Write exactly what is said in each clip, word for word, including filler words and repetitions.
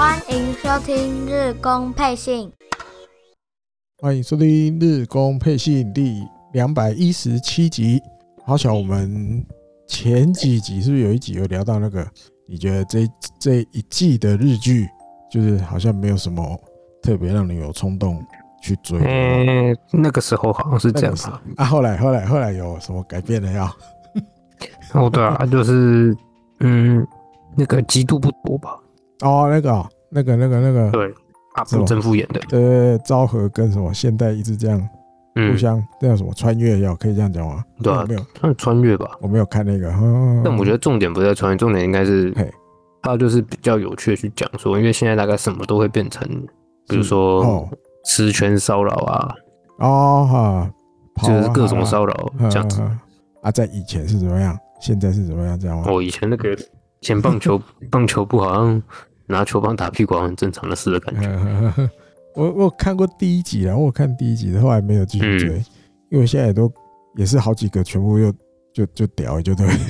欢迎收听日工配信。 欢迎收听日工配信第两百一十七集。好巧，我们前几集是不是有一集有聊到那个？你觉得这这一季的日剧，就是好像没有什么特别让你有冲动去追？ 嗯、欸，那个时候好像是这样吧。 啊，后来后来后来有什么改变了要？ 哦，对啊，就是嗯，那个极度不多吧。 哦，那个、哦、那个那个那个， 对，阿部真夫演的。 对，昭和跟什么现代一直这样。互相这叫什么穿越要可以这样讲吗？ 对啊， 没有， 算穿越吧。 我没有看那个，哦、 但我觉得重点不在穿越，重点应该是它就是比较有趣的去讲说，因为现在大概什么都会变成，比如说吃圈骚扰啊， 哦哈， 就是各种骚扰这样子。 啊，在以前是怎么样？现在是怎么样？这样吗？ 哦，以前那个以前棒球棒球部好像拿球棒打屁股，很正常的事的感觉。 我我有看过第一集啦，我有看第一集，后来没有继续追，嗯、因为现在也都也是好几个全部又就就屌就对了，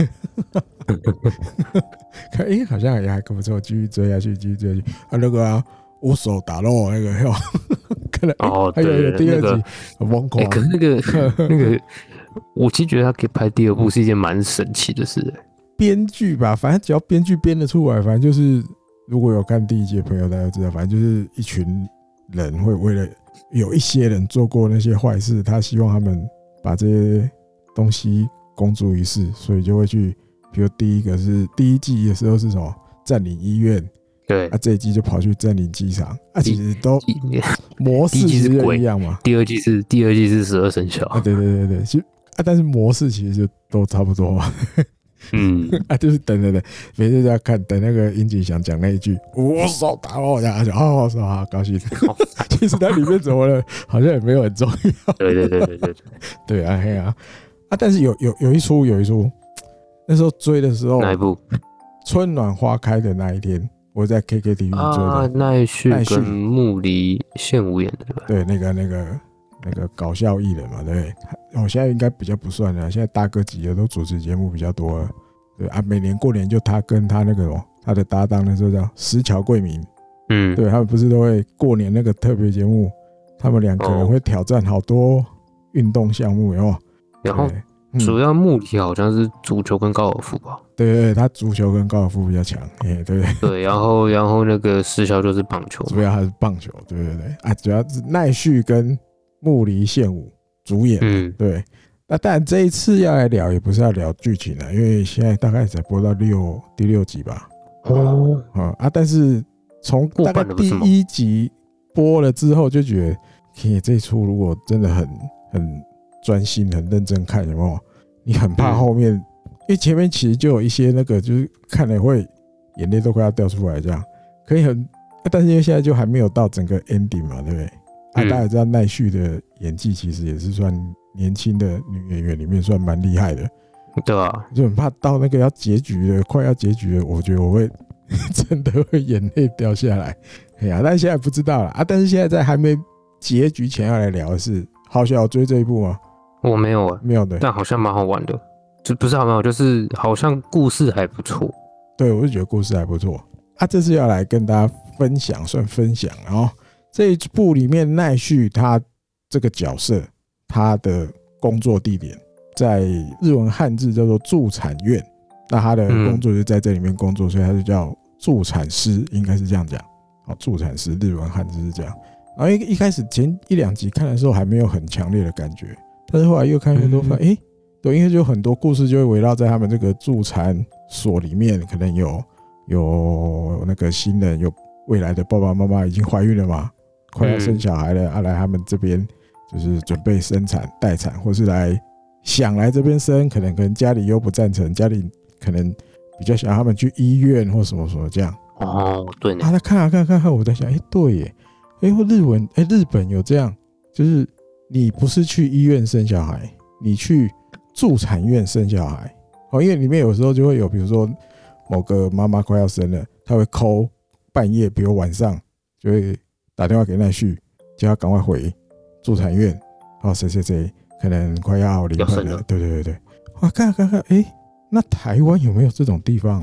看哎、欸、好像也还不错，继续追下去，继续追下去啊那个啊无手打肉那个，看了哦， 还有有第二集很疯狂、 欸，可是那个那个，我其实觉得他可以拍第二部是一件蛮神奇的事、欸。 编剧吧，反正只要编剧编得出来，反正就是如果有看第一集的朋友，大家都知道，反正就是一群。人会为了有一些人做过那些坏事，他希望他们把这些东西公诸于世，所以就会去，比如第一个是第一季的时候是什么占领医院， 对， 啊这一季就跑去占领机场，啊其实都模式其实一样嘛。 第二季是第二季是十二生肖， 啊对对对对，其实啊但是模式其实就都差不多嘛。 嗯啊，就是等等等，每次都要看，等那个樱井翔讲那一句“我手打我”，然后就哦，我说好高兴。其实它里面怎么了，好像也没有很重要。 对对对对对对啊，嘿啊啊！但是有有有一出有一出，那时候追的时候， 哪一部？ 春暖花开的那一天，我在 K K T V 追的。 啊，奈绪跟木梨宪武演的对吧？ 对，那个那个那个搞笑艺人嘛，对不对？我、哦、现在应该比较不算了，现在大哥级的都主持节目比较多了。对啊，每年过年就他跟他那个哦，他的搭档那时候叫石桥贵明， 嗯， 对他们不是都会过年那个特别节目，他们两个人会挑战好多运动项目，有没有？ 然后主要目的好像是足球跟高尔夫吧？ 对对对，他足球跟高尔夫比较强，哎，对对，然后然后那个石桥就是棒球， 主要还是棒球，对对对，啊，主要是奈绪跟木梨宪武主演，嗯，对。那当然这一次要来聊，也不是要聊剧情了，因为现在大概才播到六第六集吧。 哦， 嗯、啊，但是从大概第一集播了之后，就觉得，嘿，这一出如果真的很很专心、很认真看，有没有？你很怕后面，嗯、因为前面其实就有一些那个，就是看了会眼泪都快要掉出来这样，可以很，但是因为现在就还没有到整个 ending 嘛，对不对？啊，大家也知道奈绪的演技其实也是算年轻的女演员里面算蛮厉害的， 对啊， 就很怕到那个要结局了，快要结局了，我觉得我会真的会眼泪掉下来。哎呀，但是现在不知道了啊。但是现在在还没结局前要来聊的是，好想要追这一部吗？ 我没有啊， 没有的， 但好像蛮好玩的，就不是好没有，就是好像故事还不错。 对，我就觉得故事还不错啊。这次要来跟大家分享，算分享，然后。这一部里面奈绪他这个角色，他的工作地点在日文汉字叫做助产院，那他的工作就在这里面工作，所以他就叫助产师，应该是这样讲。好，助产师日文汉字是这样。然后一开始前一两集看的时候还没有很强烈的感觉，但是后来越看越多，发现哎，对，因为就有很多故事就会围绕在他们这个助产所里面，可能有有那个新人，有未来的爸爸妈妈已经怀孕了嘛。快要生小孩了，啊，来他们这边就是准备生产、待产，或是来想来这边生，可能可能家里又不赞成，家里可能比较想他们去医院或什么什么这样。 哦，对呢。 啊，他看啊看看看，我在想，哎、欸，对耶，哎、欸，日文，哎、欸，日本有这样，就是你不是去医院生小孩，你去助产院生小孩。哦，因为里面有时候就会有，比如说某个妈妈快要生了，她会 call 半夜，比如晚上就会。打电话给奈绪，叫他赶快回助产院。哦，谁谁谁可能快要临盆了。对对对对，哇，看看看，哎、欸，那台湾有没有这种地方？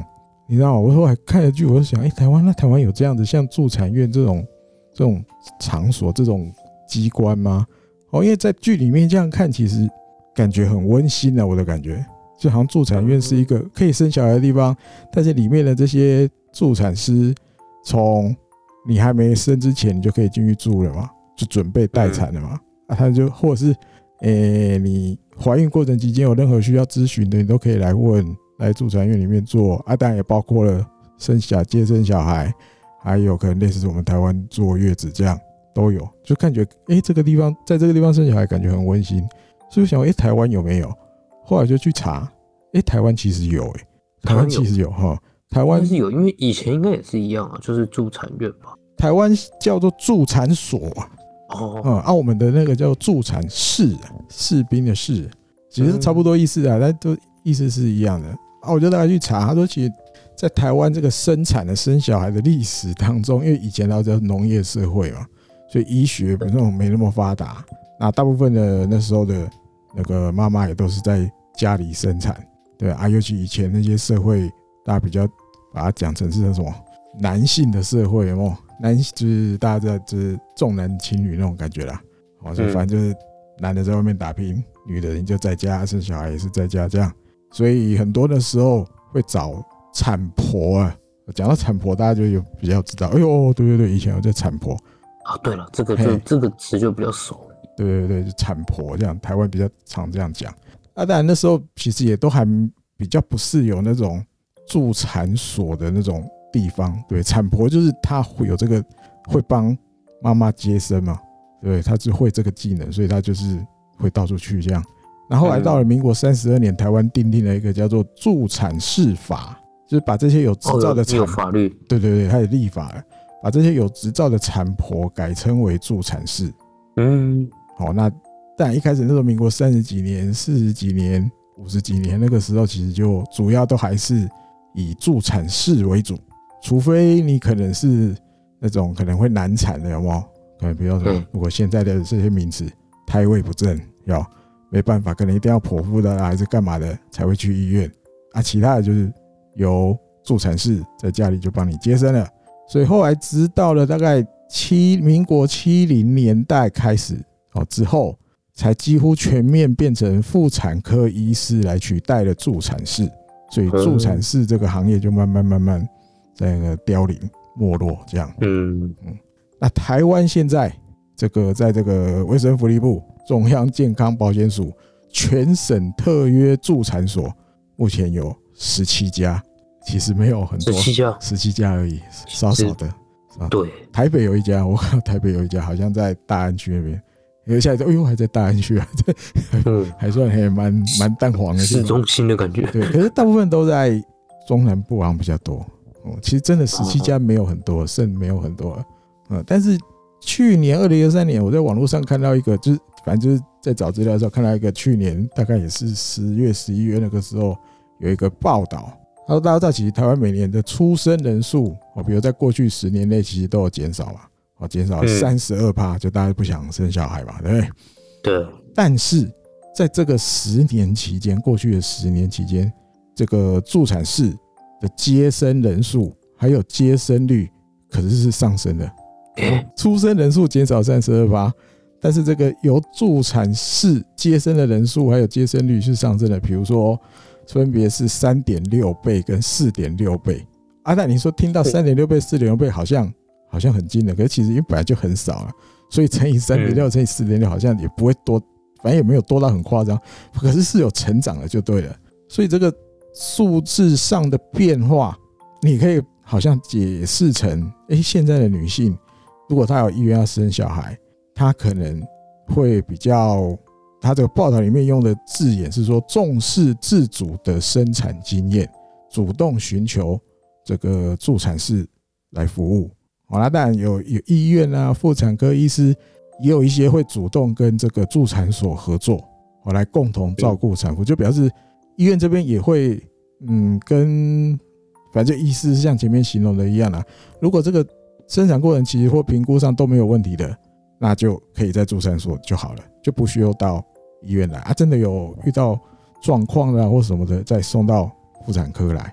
你知道吗？我后来看了剧，我就想，哎、欸，台湾那台湾有这样子像助产院这种这种场所、这种机关吗？哦，因为在剧里面这样看，其实感觉很温馨啊，我的感觉就好像助产院是一个可以生小孩的地方，但是里面的这些助产师，从你还没生之前，你就可以进去住了嘛，就准备待产了嘛。啊，他就或者是，诶、欸，你怀孕过程期间有任何需要咨询的，你都可以来问，来助产院里面做啊，当然也包括了生小接生小孩，还有可能类似我们台湾坐月子这样都有，就感觉诶、欸，这个地方在这个地方生小孩感觉很温馨，所以我想诶、欸，台湾有没有？后来就去查，诶、欸，台湾其实有诶、欸，台湾其实有哈，台湾是有，因为以前应该也是一样啊，就是助产院吧， 台湾叫做助产所。 哦， 嗯，啊，我们的那个叫助产士，士兵的士，其实差不多意思啊，但都意思是一样的啊。我就大概去查，他说，其实，在台湾这个生产的生小孩的历史当中，因为以前大家叫农业社会嘛，所以医学那种没那么发达，那大部分的那时候的那个妈妈也都是在家里生产，对啊，尤其以前那些社会，大家比较把它讲成是那种男性的社会，有没有？男就是大家知道，就是重男轻女那种感觉啦。哦，所以反正就是男的在外面打拼，女的人就在家生小孩也是在家这样。所以很多的时候会找产婆啊。讲到产婆，大家就有比较知道，哎呦，对对对，以前有在产婆啊。对了，这个就这个词就比较熟。 对对对，就产婆这样，台湾比较常这样讲。啊，当然那时候其实也都还比较不是有那种助产所的那种地方，对，产婆就是她会有这个会帮妈妈接生嘛，对，她是会这个技能，所以她就是会到处去这样。然后来到了民国三十二年，台湾订定了一个叫做助产士法，就是把这些有执照的产、 哦、有法律， 对对对，它有立法了，把这些有执照的产婆改称为助产士。 嗯， 好，那但一开始那时候民国三十几年、四十几年、五十几年那个时候，其实就主要都还是以助产士为主。除非你可能是那种可能会难产的，有没有？可能比如说，如果现在的这些名词，胎位不正，要没办法，可能一定要剖腹的还是干嘛的才会去医院啊。其他的就是由助产士在家里就帮你接生了。所以后来直到了大概七民国七零年代开始哦之后，才几乎全面变成妇产科医师来取代了助产士，所以助产士这个行业就慢慢慢慢在那个凋零没落这样。嗯嗯，那台湾现在这个在这个卫生福利部中央健康保险署全省特约助产所，目前有十七家，其实没有很多，十七家，十七家而已，少少的。 对， 台北有一家，我看到台北有一家，好像在大安区那边。有现在，哎呦，还在大安区啊，嗯，还算还蛮蛮淡黄的市中心的感觉。 对，可是大部分都在中南部好像比较多。哦，其实真的十七家没有很多，甚没有很多。嗯，但是去年二零二三年，我在网络上看到一个，就是反正就是在找资料的时候看到一个，去年大概也是十月、十一月那个时候有一个报道，他说大家知道，其实台湾每年的出生人数，哦，比如在过去十年内其实都有减少嘛，哦，减少三十二趴，就大家不想生小孩嘛，对不对？ 对。 但是在这个十年期间，过去的十年期间，这个助产士的接生人数还有接生率可是是上升的，出生人数减少 百分之三十二， 但是这个由助产士接生的人数还有接生率是上升的，比如说分别是 三点六 倍跟 四点六 倍。阿蛋，你说听到 三点六 倍 四点六 倍好像好像很惊人，可是其实因为本来就很少了，所以乘以 三点六 乘以 四点六 好像也不会多，反正也没有多到很夸张，可是是有成长的就对了。所以这个数字上的变化，你可以好像解释成，欸，现在的女性如果她有意愿要生小孩，她可能会比较，她这个报道里面用的字眼是说重视自主的生产经验，主动寻求这个助产士来服务。好，那当然有有医院啊，妇产科医师也有一些会主动跟这个助产所合作，好来共同照顾产妇，就表示医院这边也会，嗯，跟反正医师像前面形容的一样啦，如果这个生产过程其实或评估上都没有问题的，那就可以在助产所就好了，就不需要到医院来啊。真的有遇到状况啦或什么的，再送到妇产科来。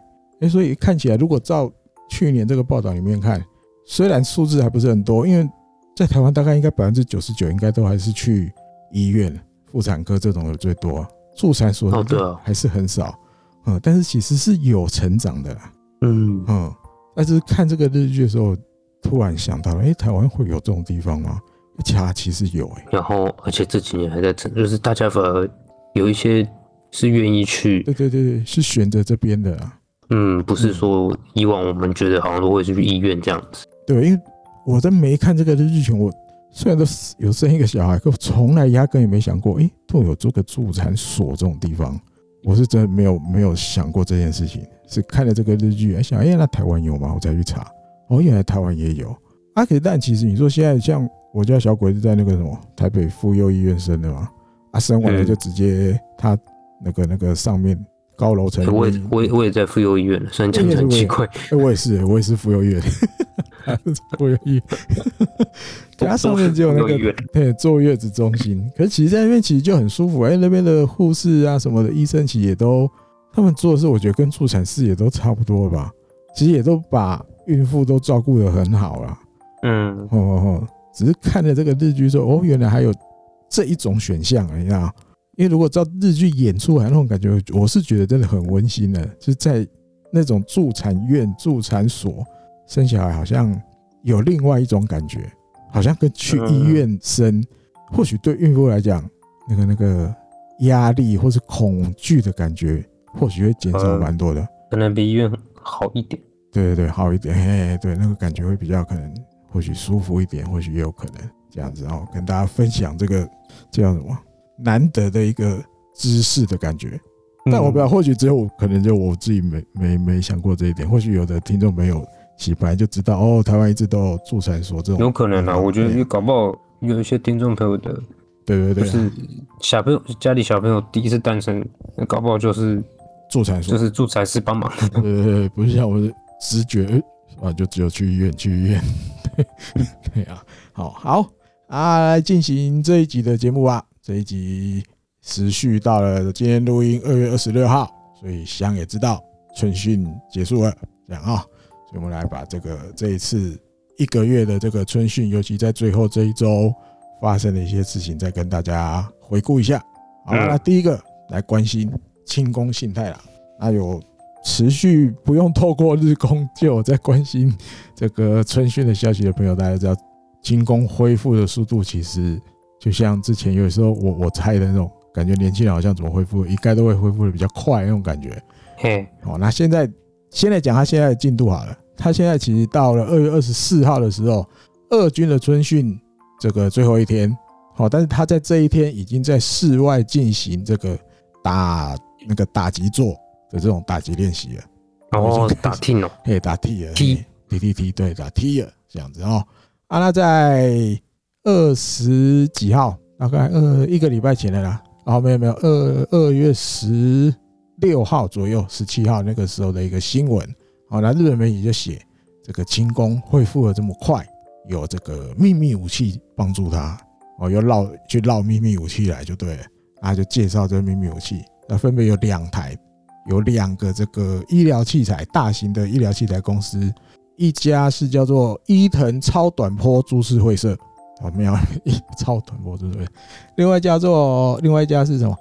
欸，所以看起来如果照去年这个报道里面看，虽然数字还不是很多，因为在台湾大概应该百分之九十九应该都还是去医院、妇产科这种的最多，助产所还是很少。嗯，但是其实是有成长的啦。 嗯嗯，但是看这个日剧的时候，突然想到了，哎、欸，台湾会有这种地方吗？而且它其实有哎、欸。 然后，而且这几年还在成，就是大家反而有一些是愿意去， 对对对，是选择这边的啦。 嗯，不是说以往我们觉得好像都会去医院这样子。 对，因为我在没看这个日剧前，我虽然都有生一个小孩，可我从来压根也没想过，哎、欸，都有这个助产所这种地方。我是真的没有没有想过这件事情，是看了这个日剧，哎、欸，想，哎、欸，那台湾有吗？我再去查，哦，原来台湾也有。啊，可是但其实你说现在像我家小鬼是在那个什么台北妇幼医院生的嘛，啊，生完了就直接他那个那个上面高楼层、欸， 我也我也我也在妇幼医院，虽然讲得很奇怪， 欸、我也是，我也是妇幼医院，妇幼医院，它上面只有那个对坐月子中心，可是其实在那边其实就很舒服，哎、欸，那边的护士啊什么的医生其实也都他们做的事，我觉得跟助产士也都差不多吧，其实也都把孕妇都照顾得很好啦。 嗯， 哦哦哦，只是看了这个日剧说，哦，原来还有这一种选项，你知道？因为如果照日剧演出来那种感觉，我是觉得真的很温馨的，就是在那种助产院、助产所生小孩，好像有另外一种感觉，好像跟去医院生，或许对孕妇来讲，那个那个压力或是恐惧的感觉，或许会减少蛮多的， 可能比医院好一点。 对对对，好一点，嘿，对，那个感觉会比较可能。或许舒服一点，或许也有可能这样子哦，跟大家分享这个这叫什么难得的一个知识的感觉。但我不知道，或许只有我，可能就我自己没没没想过这一点。或许有的听众朋友其实本来就知道哦，台湾一直都有助产所这种， 有可能啊。我觉得搞不好有一些听众朋友的， 对对对， 就是小朋友家里小朋友第一次诞生，搞不好就是助产所， 就是助产士帮忙。 对对对，不是像我的直觉。啊，就只有去医院，去医院，对对啊，好好啊，来进行这一集的节目吧。这一集时序到了今天录音二月二十六号，所以想也知道春训结束了，这样啊，所以我们来把这个这一次一个月的这个春训，尤其在最后这一周发生的一些事情，再跟大家回顾一下。好，那第一个来关心清宫信太郎，那有。持续不用透过日工就有在关心这个春训的消息的朋友，大家知道清宫恢复的速度其实就像之前有时候我我猜的那种感觉，年轻人好像怎么恢复，应该都会恢复的比较快那种感觉。 嘿， 好，那现在先来讲他现在的进度好了。他现在其实到了二月二十四号的时候，二军的春训这个最后一天，好，但是他在这一天已经在室外进行这个打那个打击座。的这种打击练习了， 哦，打 T 哦， 嘿，打 T 了 ，T T T T， 对，打 T 了，这样子哦。啊，那在二十几号，大概二一个礼拜前的啦，哦，没有没有，二二月十六号左右，十七号那个时候的一个新闻，好，那日本媒体就写这个清宫恢复的这么快，有这个秘密武器帮助他，哦，又绕去绕秘密武器来就对了，啊，就介绍这个秘密武器，那分别有两台。有两个这个医疗器材，大型的医疗器材公司，一家是叫做伊藤超短波株式会社，哦，没有超短波株式会社，另外叫做另外一家是什么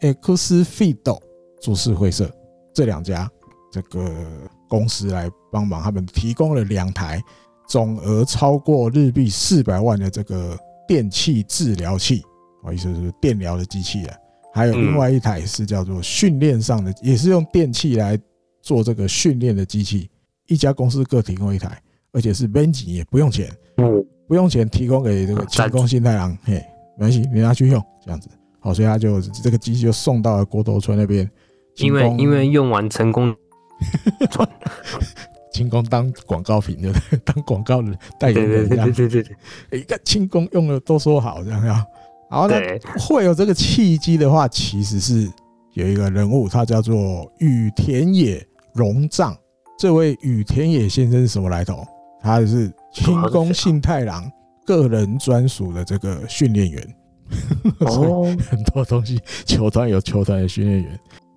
？Exfido 株式会社，这两家这个公司来帮忙，他们提供了两台总额超过日币四百万的这个电气治疗器，哦，意思是电疗的机器啊。还有另外一台是叫做训练上的，也是用电器来做这个训练的机器，一家公司各提供一台，而且是编辑也不用钱，不用钱提供给这个清宫信太郎，嘿，没关系，你拿去用这样子，好，所以他就这个机器就送到了国头村那边， 因为因为用完成功， 清宫当广告品，对不对？当广告的代言人，对对对对对，一个清宫用的都说好，这样呀。好，那会有这个契机的话，其实是有一个人物，他叫做羽田野荣藏。这位羽田野先生是什么来头？他是清宫信太郎个人专属的这个训练员。哦，很多东西，球团有球团的训练员，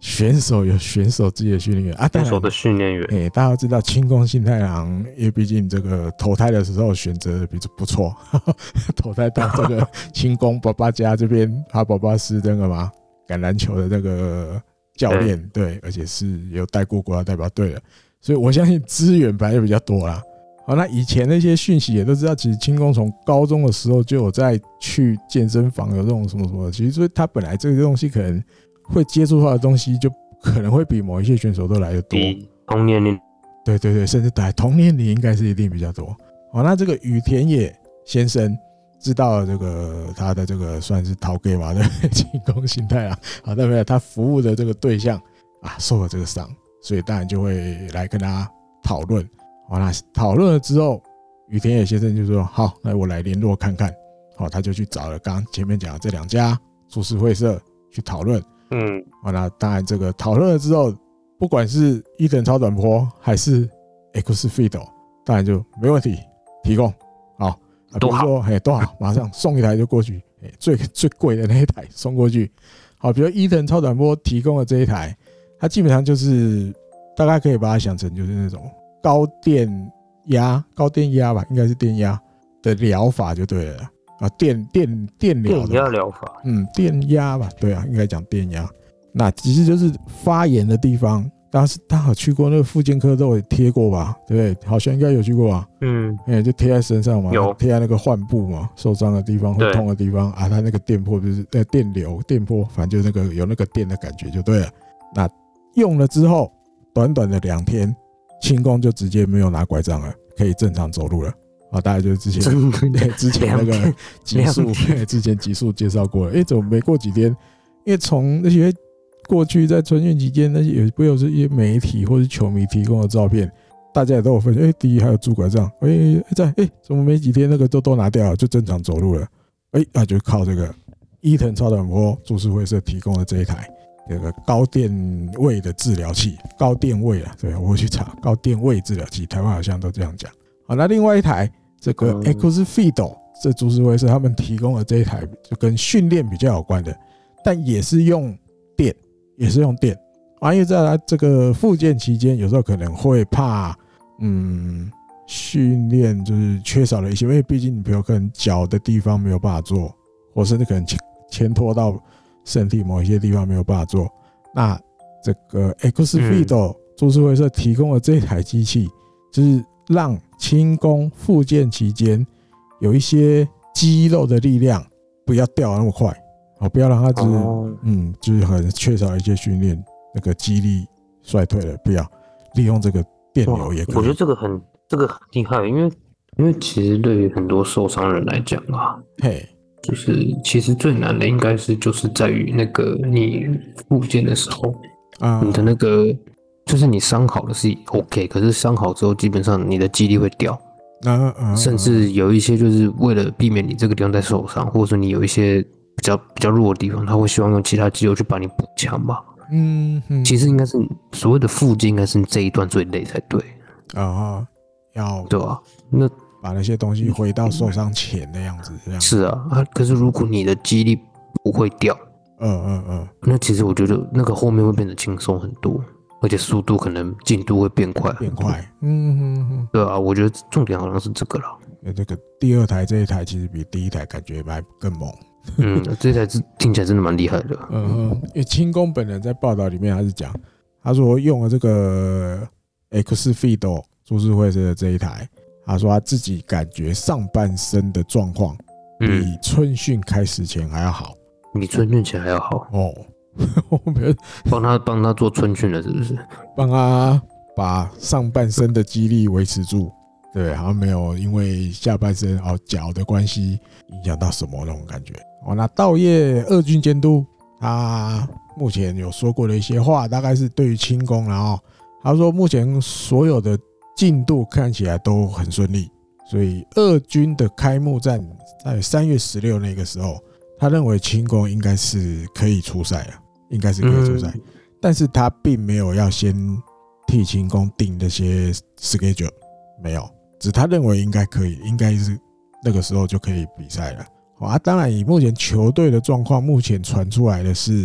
选手有选手自己的训练员啊， 选手的训练员。 哎，大家都知道清宫幸太郎，因为毕竟这个投胎的时候选择的比较不错，投胎到这个清宫爸爸家这边，他爸爸是那个嘛橄榄球的那个教练，对，而且是有带过国家代表队的，所以我相信资源本来就比较多啦。好，那以前那些讯息也都知道，其实清宫从高中的时候就有在去健身房有这种什么什么，其实所以他本来这个东西可能会接触到的东西就可能会比某一些选手都来得多， 比同年龄， 对对对，甚至在同年龄应该是一定比较多。好，那这个羽田野先生知道了这个他的这个算是逃给嘛的清宫幸太郎，好，代表他服务的这个对象啊受了这个伤，所以当然就会来跟他讨论。好，那讨论了之后，羽田野先生就说：“好，那我来联络看看。”好，他就去找了刚刚前面讲的这两家株式会社去讨论。 嗯， 好，那当然这个讨论了之后，不管是伊藤超短波还是 X Feed， 当然就没问题，提供好， 都好， 比如说嘿都好，马上送一台就过去，最最贵的那一台送过去。好，比如伊藤超短波提供的这一台，它基本上就是大概可以把它想成就是那种高电压、高电压吧，应该是电压的疗法就对了。啊，电电电疗， 电压疗法， 嗯，电压吧，对啊，应该讲电压。那其实就是发炎的地方，当时他有去过那个复健科都有贴过吧，对不对？好像应该有去过吧，嗯，哎、欸，就贴在身上嘛， 有贴在那个患部嘛，受伤的地方、会痛的地方啊，他那个电波就是呃电流、电波，反正就是那个有那个电的感觉就对了。那用了之后，短短的两天，清宫就直接没有拿拐杖了，可以正常走路了。啊，大概就是之前对之前那个集数，之前集数介绍过了。哎、欸，怎么没过几天？因为从那些过去在春运期间，那些也不有是一些媒体或是球迷提供的照片，大家也都有分享。哎、欸，第一还有拄拐杖，哎、欸，在哎、欸，怎么没几天那个都都拿掉了，就正常走路了？哎、欸，那就靠这个伊藤超短波株式会社提供的这一台这个高电位的治疗器，高电位啊，对，我会去查高电位治疗器，台湾好像都这样讲。好，那另外一台。这个 X Feed 这株式会社他们提供的这一台就跟训练比较有关的，但也是用电，也是用电啊，因为在他这个复健期间，有时候可能会怕，嗯，训练就是缺少了一些，因为毕竟你比如可能脚的地方没有办法做，或甚至可能牵拖到身体某一些地方没有办法做，那这个 X Feed 株式会社提供的这一台机器，就是让清宫复健期间有一些肌肉的力量不要掉那么快，好，不要让它就是、哦、嗯，就是很缺少一些训练，那个肌力衰退了，不要利用这个电流也可以。 我觉得这个很这个很厉害，因为因为其实对于很多受伤人来讲啊，嘿，就是其实最难的应该是就是在于那个你复健的时候啊，你的那个。就是你伤好了是 OK， 可是伤好之后，基本上你的肌力会掉，啊啊、甚至有一些就是为了避免你这个地方再受伤，或者说你有一些比较比较弱的地方，他会希望用其他肌肉去把你补强吧。嗯，嗯其实应该是所谓的复健，应该是这一段最累才对啊，要对吧？那把那些东西回到受伤前的样子，这样是啊啊。可是如果你的肌力不会掉， 嗯嗯嗯， 那其实我觉得那个后面会变得轻松很多。而且速度可能进度会变快， 变快，嗯嗯嗯， 对啊，我觉得重点好像是这个啦。 这个第二台这一台其实比第一台感觉还更猛， 嗯，这一台听起来真的蛮厉害的。 嗯，因为清宫本人在报道里面他是讲，他说用了这个 X Feed 株式会社的这一台，他说他自己感觉上半身的状况比春训开始前还要好， 嗯、比春训前还要好哦。 帮他帮他做春训了，是不是？ 帮他把上半身的肌力维持住，对，好像没有因为下半身哦脚的关系影响到什么那种感觉。哦，那稻叶二军监督他目前有说过的一些话，大概是对于清宫，然后他说目前所有的进度看起来都很顺利，所以二军的开幕战在三月十六那个时候，他认为清宫应该是可以出赛了。应该是可以出赛、嗯，但是他并没有要先替清宫定那些 schedule， 没有，只他认为应该可以，应该是那个时候就可以比赛了。啊，当然以目前球队的状况，目前传出来的是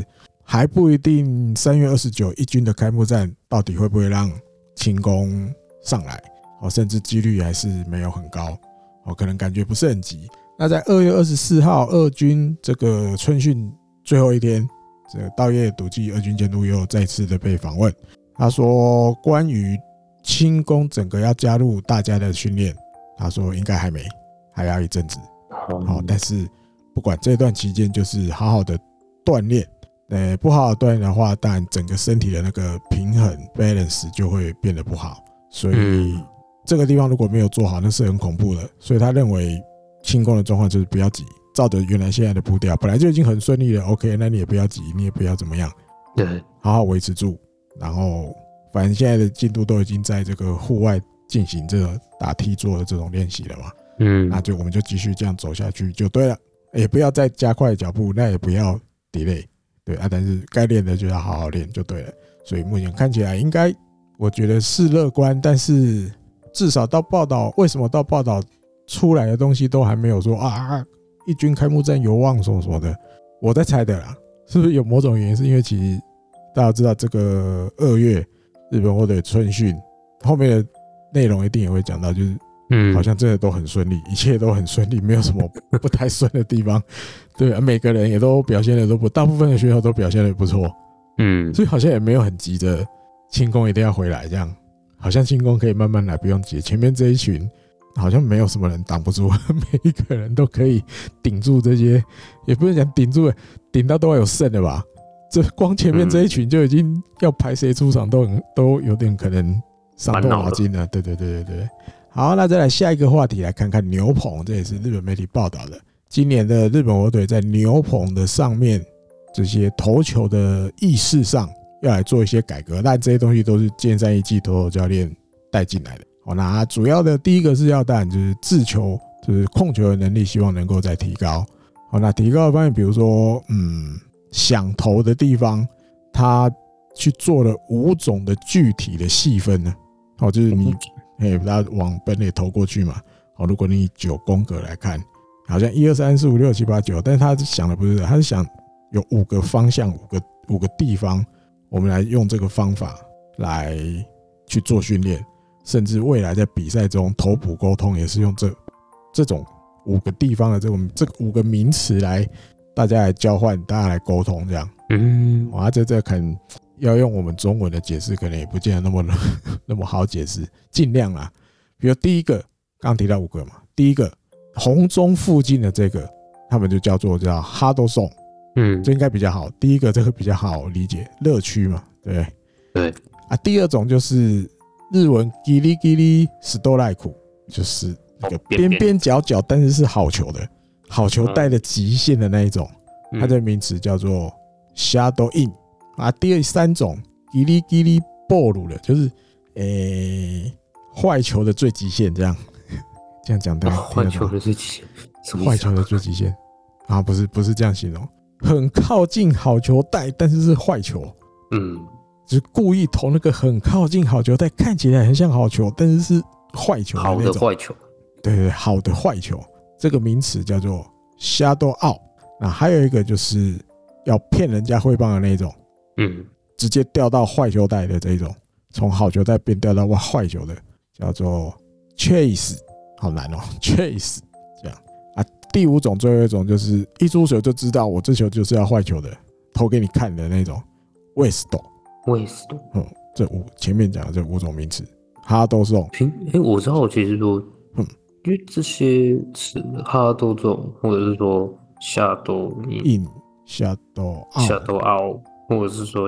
还不一定三月二十九一军的开幕战到底会不会让轻功上来，甚至几率还是没有很高，可能感觉不是很急。那在二月二十四号二军这个春训最后一天，这个稻叶笃纪二军监督又再次的被访问，他说关于轻功整个要加入大家的训练，他说应该还没，还要一阵子。好，但是不管这段期间就是好好的锻炼，呃，不好好锻炼的话，当然整个身体的那个平衡 balance 就会变得不好，所以这个地方如果没有做好，那是很恐怖的。所以他认为轻功的状况就是不要急，照着原来现在的步调，本来就已经很顺利了 ，OK， 那你也不要急，你也不要怎么样， 对， 好好维持住，然后反正现在的进度都已经在这个户外进行这个打梯座的这种练习了嘛， 嗯， 那就我们就继续这样走下去就对了，也不要再加快脚步，那也不要 delay， 对啊，但是该练的就要好好练就对了。所以目前看起来应该，我觉得是乐观，但是至少到报道，为什么到报道出来的东西都还没有说啊，一军开幕战有望什么什么的，我在猜的啦，是不是有某种原因？是因为其实大家知道这个二月日本火腿春训后面的内容一定也会讲到，就是嗯，好像真的都很顺利，一切都很顺利，没有什么不太顺的地方。对，每个人也都表现的都不，大部分的选手都表现的不错，嗯，所以好像也没有很急着轻功一定要回来这样，好像轻功可以慢慢来，不用急。前面这一群好像没有什么人挡不住，每一个人都可以顶住这些，也不是讲顶住，顶到都要有剩的吧。这光前面这一群就已经要排谁出场都很都有点可能伤透脑筋了。对对对对对。好，那再来下一个话题，来看看牛棚，这也是日本媒体报道的。今年的日本火腿在牛棚的上面，这些投球的意识上要来做一些改革，但这些东西都是建山一纪投手教练带进来的。好，那主要的第一个是要当然就是制球，就是控球的能力，希望能够再提高。好，那提高的方面，比如说，嗯，想投的地方，他去做了五种的具体的细分呢。好，就是你。哎，把它往本垒投过去嘛。好，如果你以九宫格来看，好像一二三四五六七八九，但是他想的不是，他是想有五个方向，五个五个地方，我们来用这个方法来去做训练，甚至未来在比赛中投捕沟通也是用这这种五个地方的这种这五个名词来大家来交换，大家来沟通这样。嗯，哇，这这可能要用我们中文的解释，可能也不见得那么那么好解释，尽量啦。比如第一个，刚刚提到五个嘛，第一个红中附近的这个，他们就叫做叫哈多送，嗯，这应该比较好。第一个这个比较好理解，乐区嘛，对不对？ 对啊。第二种就是日文叽里叽里斯多赖库，就是那个边边角角，但是是好球的，好球带的极限的那一种，它的名词叫做 shadow in。啊，第三种叽里叽里暴露了，就是诶坏球的最极限，这样这样讲对吗？ 坏球的最极限， 坏球的最极限啊，不是不是这样形容，很靠近好球带，但是是坏球，嗯，就是故意投那个很靠近好球带，看起来很像好球，但是是坏球的那种， 好的坏球， 对对，好的坏球，这个名词叫做 shadow out。那还有一个就是要骗人家挥棒的那种。嗯，直接掉到坏球带的这一种，从好球带变掉到坏球的，叫做 chase， 好难哦 ，chase 这样啊。第五种，最后一种就是一出手就知道我这球就是要坏球的，投给你看的那种 ，waste，waste， 嗯，这五前面讲的这五种名词，哈多送。 平哎，我知道，其实说，嗯，因为这些词哈多送，或者是说下多 in， 下多 out， 下多 out。或者是说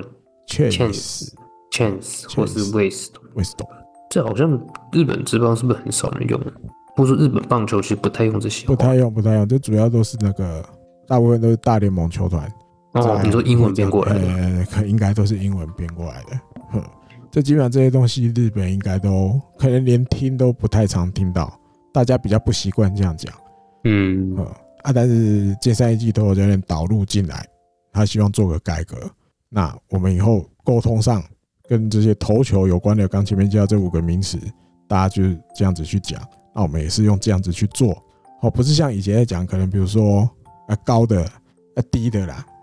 chance chance 或是 waste waste， 这好像日本职棒是不是很少人用？或者说日本棒球其实不太用这些话， 不太用不太用，这主要都是那个大部分都是大联盟球团。 哦，你说英文变过来的？ 呃，可应该都是英文变过来的。哼，这基本上这些东西日本应该都可能连听都不太常听到，大家比较不习惯这样讲。嗯，啊，但是建山一纪投手教练导入进来，他希望做个改革。那我们以后沟通上跟这些投球有关的，刚前面介绍这五个名词，大家就是这样子去讲。那我们也是用这样子去做，哦，不是像以前在讲，可能比如说啊高的、啊低的啦，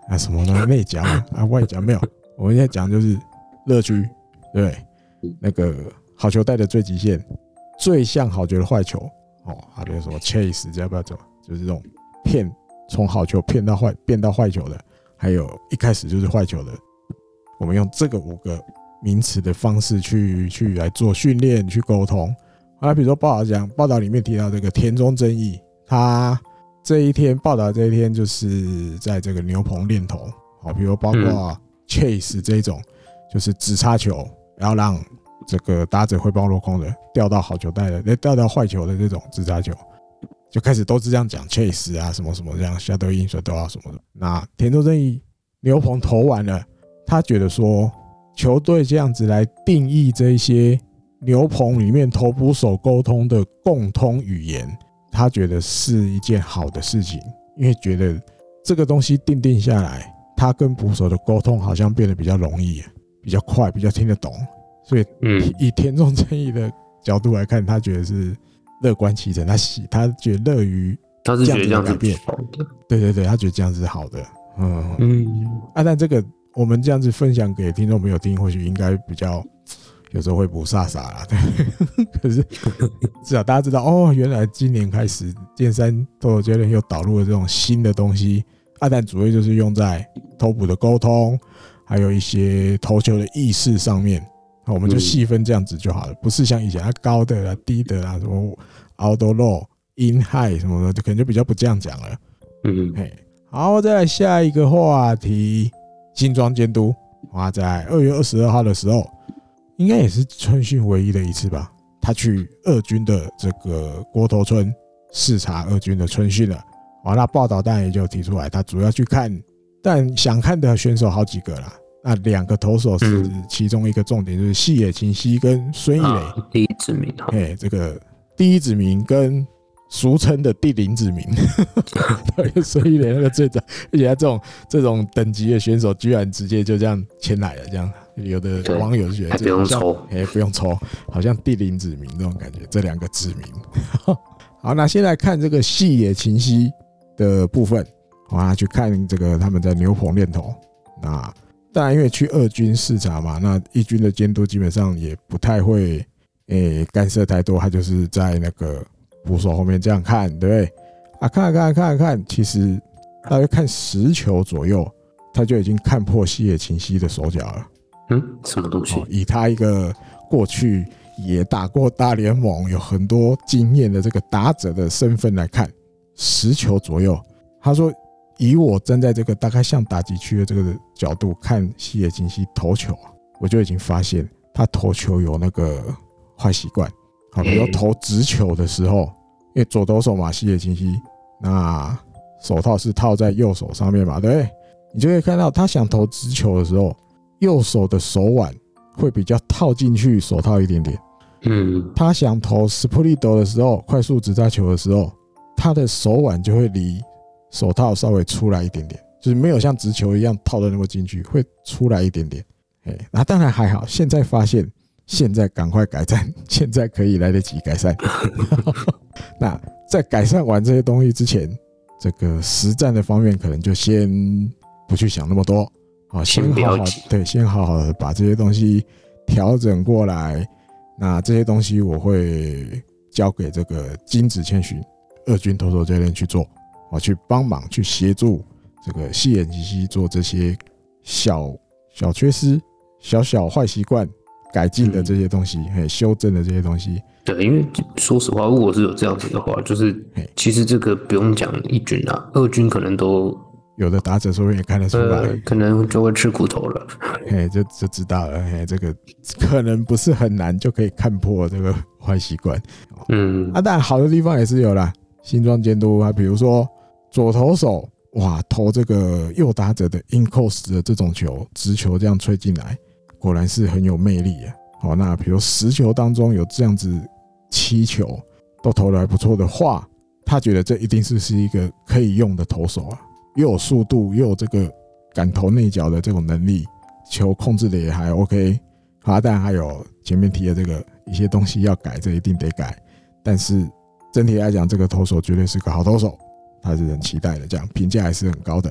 啊什么呢？内角啊外角没有，我们现在讲就是乐趣，对不对？那个好球带的最极限，最像好球的坏球哦，啊比如说 chase 这要不要走？就是这种骗从好球骗到坏变到坏球的，还有一开始就是坏球的，我们用这个五个名词的方式去去来做训练去沟通。啊，比如说报道讲报道里面提到这个田中正义，他这一天报道这一天就是在这个牛棚练投，好，比如包括 chase 这种，就是直插球，然后让这个打者挥棒落空的掉到好球带的，掉到坏球的这种直插球，就开始都是这样讲 chase 啊什么什么这样 shadow in shadow out 什么的。那田中正义牛棚投完了，他觉得说球队这样子来定义这一些牛棚里面投捕手沟通的共通语言，他觉得是一件好的事情，因为觉得这个东西定定下来，他跟捕手的沟通好像变得比较容易，比较快，比较听得懂。所以以田中正义的角度来看，他觉得是乐观其成，他喜他觉得乐于这样子的改变。对对对，他觉得这样子是好的。嗯嗯啊，但这个我们这样子分享给听众朋友听，或许应该比较。有时候会不飒飒啦，对，可是至少大家知道哦，原来今年开始剑山投手教练又导入了这种新的东西，啊，但主要就是用在投捕的沟通，还有一些投球的意识上面，我们就细分这样子就好了，不是像以前啊高的啦、低的啦，什么 out low、in high 什么的，可能就比较不这样讲了。嗯，好，再来下一个话题，新庄监督，哇，在二月二十二号的时候。应该也是春训唯一的一次吧，他去二军的这个郭头村视察二军的春训了。好，那报道当然也就提出来，他主要去看，但想看的选手好几个啦。那两个投手是其中一个重点，就是细野晴希跟孙艺磊， 第一指名。 哎，这个第一指名跟俗称的第零指名，对，孙艺磊那个最早，而且他这种这种等级的选手，居然直接就这样签来了，这样。有的网友觉得不用抽， 哎，不用抽，好像第零指名这种感觉。这两个指名，好，那先来看这个细野晴希的部分，好，那去看这个他们在牛棚练投。那当然，因为去二军视察嘛，那一军的监督基本上也不太会，诶、欸，干涉太多，他就是在那个捕手后面这样看，对不对？啊，看看看看，其实大约看十球左右，他就已经看破细野晴希的手脚了。 嗯，什么东西？ 以他一个过去也打过大联盟、有很多经验的这个打者的身份来看，十球左右，他说，以我站在这个大概像打击区的这个角度看细野晴希投球，我就已经发现他投球有那个坏习惯。好，比如投直球的时候，因为左投手嘛，细野晴希，那手套是套在右手上面嘛，对不对？你就可以看到他想投直球的时候。右手的手腕会比较套进去手套一点点，嗯，他想投 split 的时候，快速直插球的时候，他的手腕就会离手套稍微出来一点点，就是没有像直球一样套的那么进去，会出来一点点。哎，那当然还好，现在发现，现在赶快改善，现在可以来得及改善。那在改善完这些东西之前，这个实战的方面可能就先不去想那么多。好，先好好对，先好好的把这些东西调整过来。那这些东西我会交给这个金子千寻二军投手教练去做，我去帮忙去协助这个细野晴希做这些小小缺失、小小坏习惯改进的这些东西，嗯、修正的这些东西。 对，因为说实话，如果是有这样子的话，就是其实这个不用讲一军啊，二军可能都。 有的打者说不定也看得出来、呃， 可能就会吃骨头了， 嘿，就就知道了，嘿，这个可能不是很难就可以看破这个坏习惯，嗯，啊，当然好的地方也是有啦，新庄监督啊，比如说左投手，哇，投这个右打者的 in course 的这种球，直球这样吹进来，果然是很有魅力啊。好，那比如十球当中有这样子七球都投得还不错的话，他觉得这一定是是一个可以用的投手啊。又有速度，又有这个敢投内角的这种能力，球控制的也还 OK。好，当然还有前面提的这个一些东西要改，这一定得改。但是整体来讲，这个投手绝对是个好投手，他是很期待的，这样评价还是很高的。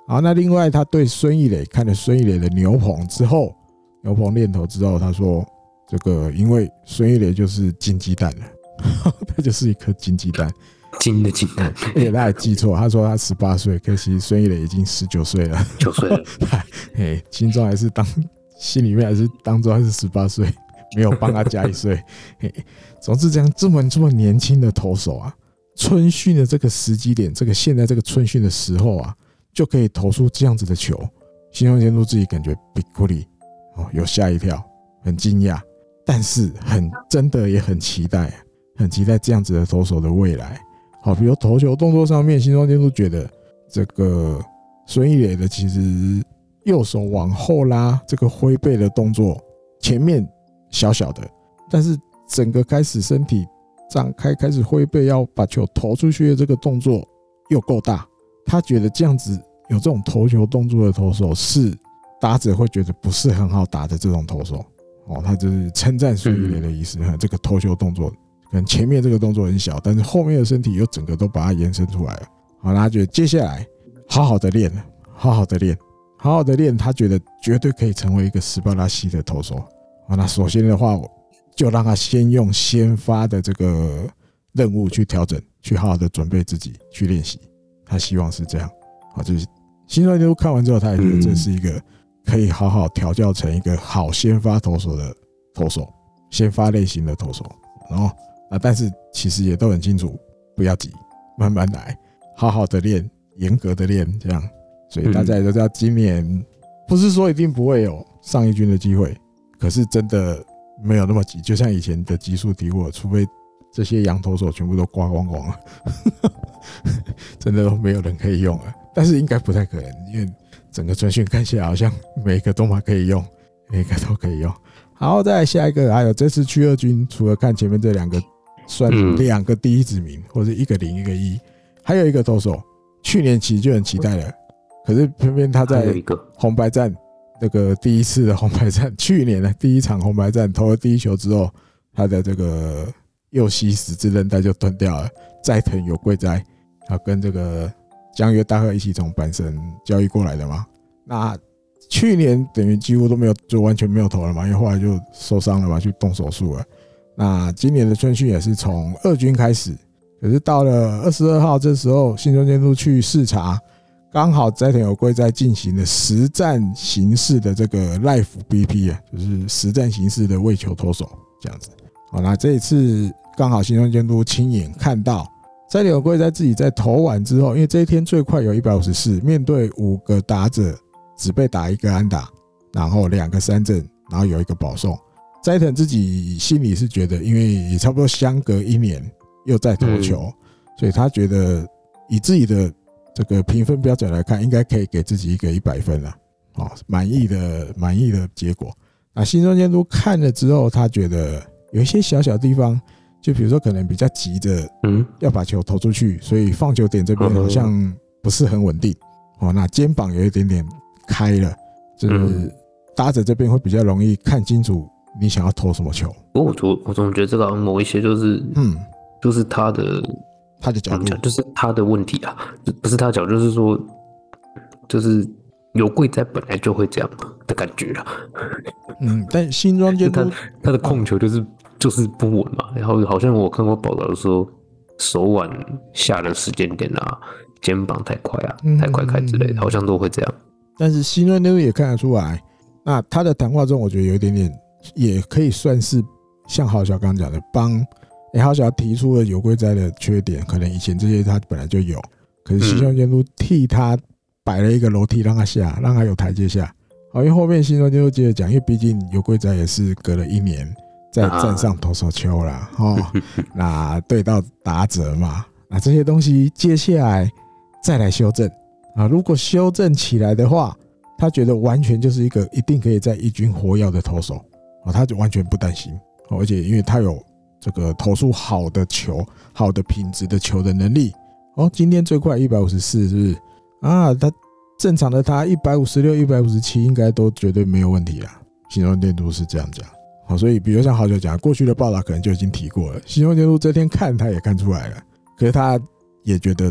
好，那另外他对孙艺磊看了孙艺磊的牛棚之后，牛棚练头之后，他说这个因为孙艺磊就是金鸡蛋了，他就是一颗金鸡蛋， 金的金蛋， 而且他还记错，他说他十八岁，可惜孙艺磊已经十九岁了， 九岁了， 嘿，心中还是当心里面还是当作他是十八岁，没有帮他加一岁。总之，这样这么这么年轻的投手啊，春训的这个时机点，这个现在这个春训的时候啊，就可以投出这样子的球，新庄监督自己感觉比库里哦有吓一跳，很惊讶，但是很真的也很期待，很期待这样子的投手的未来。好，比如投球动作上面，新庄监督觉得这个孙艺磊的其实右手往后拉这个挥背的动作，前面小小的，但是整个开始身体张开开始挥背要把球投出去的这个动作又够大，他觉得这样子有这种投球动作的投手是打者会觉得不是很好打的这种投手哦，他就是称赞孙艺磊的意思、嗯、这个投球动作可能前面这个动作很小，但是后面的身体又整个都把它延伸出来了。好，他觉得接下来好好的练，好好的练，好好的练，他觉得绝对可以成为一个斯巴拉西的投手。好，那首先的话，就让他先用先发的这个任务去调整，去好好的准备自己，去练习。他希望是这样。好，就是新庄监督看完之后，他也觉得这是一个可以好好调教成一个好先发投手的投手，先发类型的投手。然后啊，但是其实也都很清楚，不要急，慢慢来，好好的练，严格的练，这样。所以大家也都知道，今年不是说一定不会有上一军的机会，可是真的没有那么急。就像以前的集数提过，除非这些洋投手全部都刮光光了，真的都没有人可以用了。但是应该不太可能，因为整个春训看起来好像每个都嘛可以用，每个都可以用。好，再来下一个，还有这次去二军，除了看前面这两个，算两个第一指名，或者一个零一个一，还有一个投手，去年其实就很期待了，可是偏偏他在红白战那个第一次的红白战，去年的第一场红白战投了第一球之后，他的这个右膝十字韧带就断掉了，斋藤有贵哉，他跟这个江约大贺一起从阪神交易过来的嘛，那去年等于几乎都没有，就完全没有投了嘛，因为后来就受伤了嘛，去动手术了。那今年的春训也是从二军开始，可是到了二十二号这时候，新庄监督去视察，刚好斋藤有贵在进行了实战形式的这个 Live B P 啊，就是实战形式的喂球投手这样子。好，那这一次刚好新庄监督亲眼看到斋藤有贵在自己在投完之后，因为这一天最快有一百五十四，面对五个打者。只被打一个安打，然后两个三振，然后有一个保送。斋藤自己心里是觉得，因为也差不多相隔一年又在投球，嗯、所以他觉得以自己的这个评分标准来看，应该可以给自己一个一百分了，哦，满意的满意的结果。那新庄监督看了之后，他觉得有一些小小地方，就比如说可能比较急着要把球投出去，所以放球点这边好像不是很稳定。哦，那肩膀有一点点开了，就是打者这边会比较容易看清楚你想要投什么球。 不过我总我总觉得这个某一些就是，嗯，就是他的他的角度， 就是他的问题啊，不是他的角度，就是说，就是有贵在本来就会这样的感觉啊。 嗯，但新庄监督他他的控球就是就是不稳嘛，然后好像我看过报道说手腕下的时间点啊，肩膀太快啊，太快开之类的，好像都会这样。 但是新庄监督也看得出来，那他的谈话中，我觉得有一点点，也可以算是像郝小刚讲的，帮哎郝小提出了有贵在的缺点，可能以前这些他本来就有，可是新庄监督替他摆了一个楼梯让他下，让他有台阶下。好，因为后面新庄监督接着讲，因为毕竟有贵在也是隔了一年在站上投手丘啦，哦，那对到打者嘛，那这些东西接下来再来修正。啊，如果修正起来的话，他觉得完全就是一个一定可以在一军活跃的投手，哦，他就完全不担心，哦，而且因为他有这个投出好的球、好的品质的球的能力，哦，今天最快一百五十四，是不是啊？他正常的他一百五十六、一百五十七应该都绝对没有问题啦。新庄监督是这样讲，好，所以比如像郝久讲，过去的报道可能就已经提过了，新庄监督这天看他也看出来了，可是他也觉得。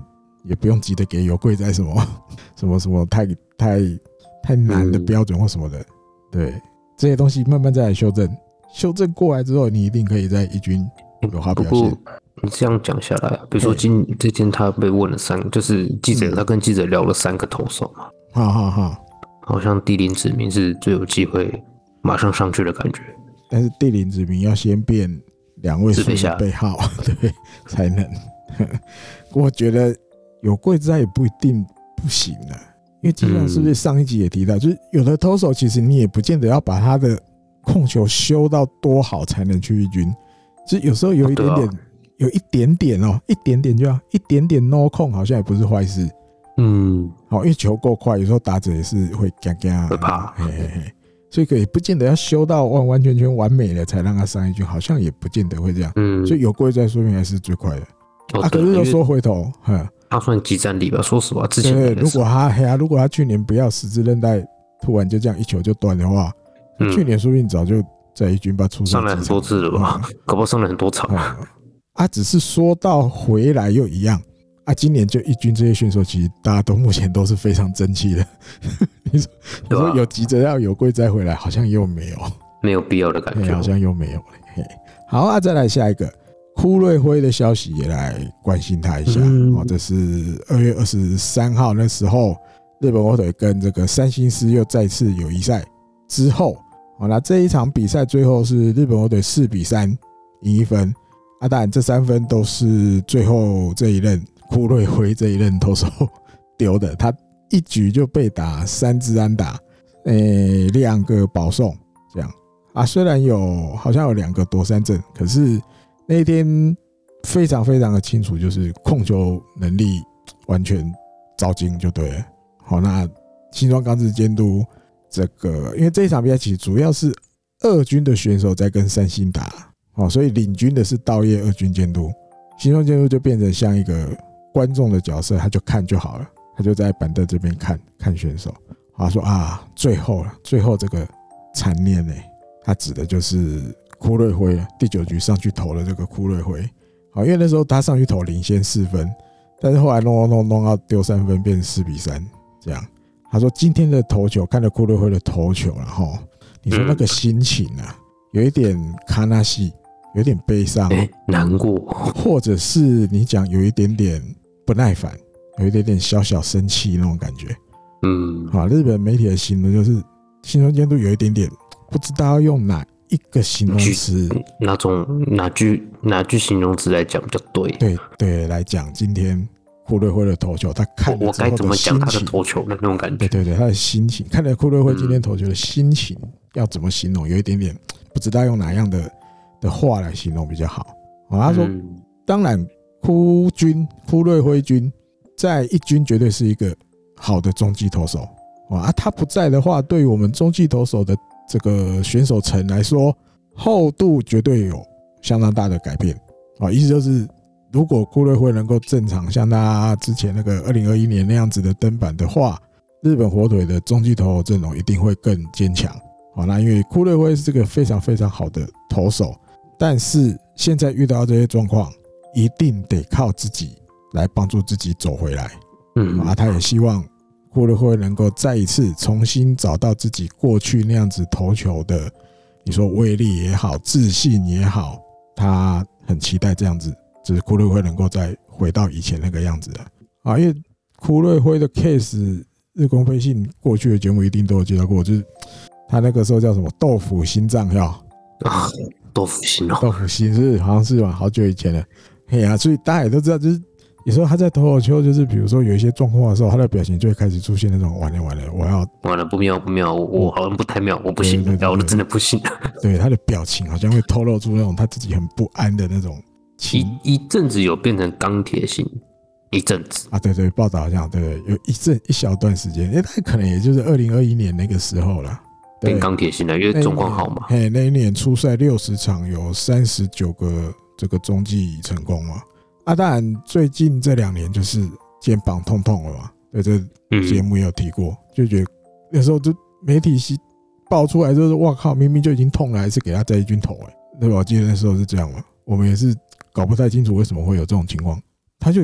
也不用急着给有贵在什么什么什么太太太难的标准或什么的，对这些东西慢慢再来修正，修正过来之后，你一定可以在一军有好表现。 你这样讲下来，比如说今这天他被问了三个，就是记者、嗯、他跟记者聊了三个投手嘛， 好好好， 好像地林指明是最有機會馬上上去的感覺， 但是地林指明要先變兩位數的背號，對，才能。我覺得有貴在也不一定不行了，因為基本上是不是上一集也提到，嗯、就是有的投手其實你也不見得要把他的控球修到多好才能去一軍，就是有時候有一點點。有一點點哦，一點點就要一點點 no 控，好像也不是壞事。嗯，好，因為球夠快，有時候打者也是會驚驚，會怕，嘿嘿嘿，所以可以不見得要修到完完全全完美了才讓他上一軍，好像也不見得會這樣。嗯，所以有貴在說明還是最快的。哦、啊，可是又說回頭， 他算即戰力吧？說實話，之前對，如果他嘿啊，如果他去年不要十字韌帶突然就這樣一球就斷的話，嗯、去年說不定早就在一軍把出上來很多次了吧？嗯、搞不好上來很多場。嗯啊，只是說到回來又一樣啊，今年就一軍這些選手，其實大家都目前都是非常爭氣的。你說，你說有急着要有貴再回來，好像又沒有， 沒有必要的感覺， 好像又沒有。好啊，再來下一個，堀瑞輝的消息也來關心他一下。嗯、哦，這是二月二十三號那時候，日本火腿跟這個三星獅又再次友誼賽之後，好、哦，那這一場比賽最後是日本火腿四比三贏一分。啊，當然這三分都是最後這一任堀瑞輝這一任投手丟的，他一局就被打三支安打，誒，兩個保送，這樣啊。雖然有好像有兩個奪三振，可是那一天非常非常的清楚，就是控球能力完全糟金就對了。好，那新莊剛志監督這個，因為這一場比賽其實主要是二軍的選手在跟三星打。哦，所以領軍的是稻葉二軍監督，新莊監督就變成像一個觀眾的角色，他就看就好了，他就在板凳這邊看看選手。他說啊，最後了，最後這個殘念呢，他指的就是堀瑞輝了，第九局上去投了這個堀瑞輝。好，因為那時候他上去投領先四分，但是後來弄弄弄到丟三分，變成四比三這樣。他說今天的投球，看了堀瑞輝的投球，然後你說那個心情啊，有一點卡納西。有點悲傷、 欸、難過， 或者是你講有一點點不耐煩，有一點點小小生氣那種感覺。嗯，好，日本媒體的形容就是新莊監督有一點點不知道要用哪一個形容詞， 哪種哪句哪句形容詞來講比較對？ 對對，來講今天堀瑞輝的投球，他看了之後的心情，我該怎麼講他的投球的那種感覺？對對對，他的心情，看了堀瑞輝今天投球的心情、嗯、要怎麼形容？有一點點不知道用哪樣的。的話來形容比較好。他說，當然堀軍堀瑞輝軍在一軍絕對是一個好的中繼投手啊，他不在的話，對於我們中繼投手的這個選手層來說，厚度絕對有相當大的改變啊。意思就是，如果堀瑞輝能夠正常像他之前那個二零二一年那樣子的登板的話，日本火腿的中繼投手陣容一定會更堅強啊。那因為堀瑞輝是這個非常非常好的投手。但是現在遇到這些狀況，一定得靠自己來幫助自己走回來。嗯，啊，他也希望堀瑞輝能夠再一次重新找到自己過去那樣子投球的，你說威力也好，自信也好，他很期待這樣子，就是堀瑞輝能夠再回到以前那個樣子的。啊，因為堀瑞輝的 case， 日工飛信過去的節目一定都有介紹過，就是他那個時候叫什麼豆腐心臟藥啊。 豆腐心哦， 豆腐心是好像是吧，好久以前了。嘿呀、啊，所以大家也都知道，就是有时候他在投手球，就是比如说有一些状况的时候，他的表情就会开始出现那种完了完了，我要完了不妙不妙，我我好像不太妙，我不行，对对对对，我真的不行。 对，他的表情好像会透露出那种他自己很不安的那种情。 一一阵子有变成钢铁心，一阵子啊，对对，报道好像对对，有一阵一小段时间，因为他可能也就是二零二一年那个时候了。 变钢铁心了，因为状况好嘛。 嘿，那一年出赛六十场，有三十九个这个中继成功嘛。啊，当然最近这两年就是肩膀痛痛了嘛。对，这节目也有提过，就觉得那时候就媒体爆出来就是，哇靠，明明就已经痛了，还是给他在一军投哎、欸，对吧？我记得那时候是这样嘛。我们也是搞不太清楚为什么会有这种情况，他就已经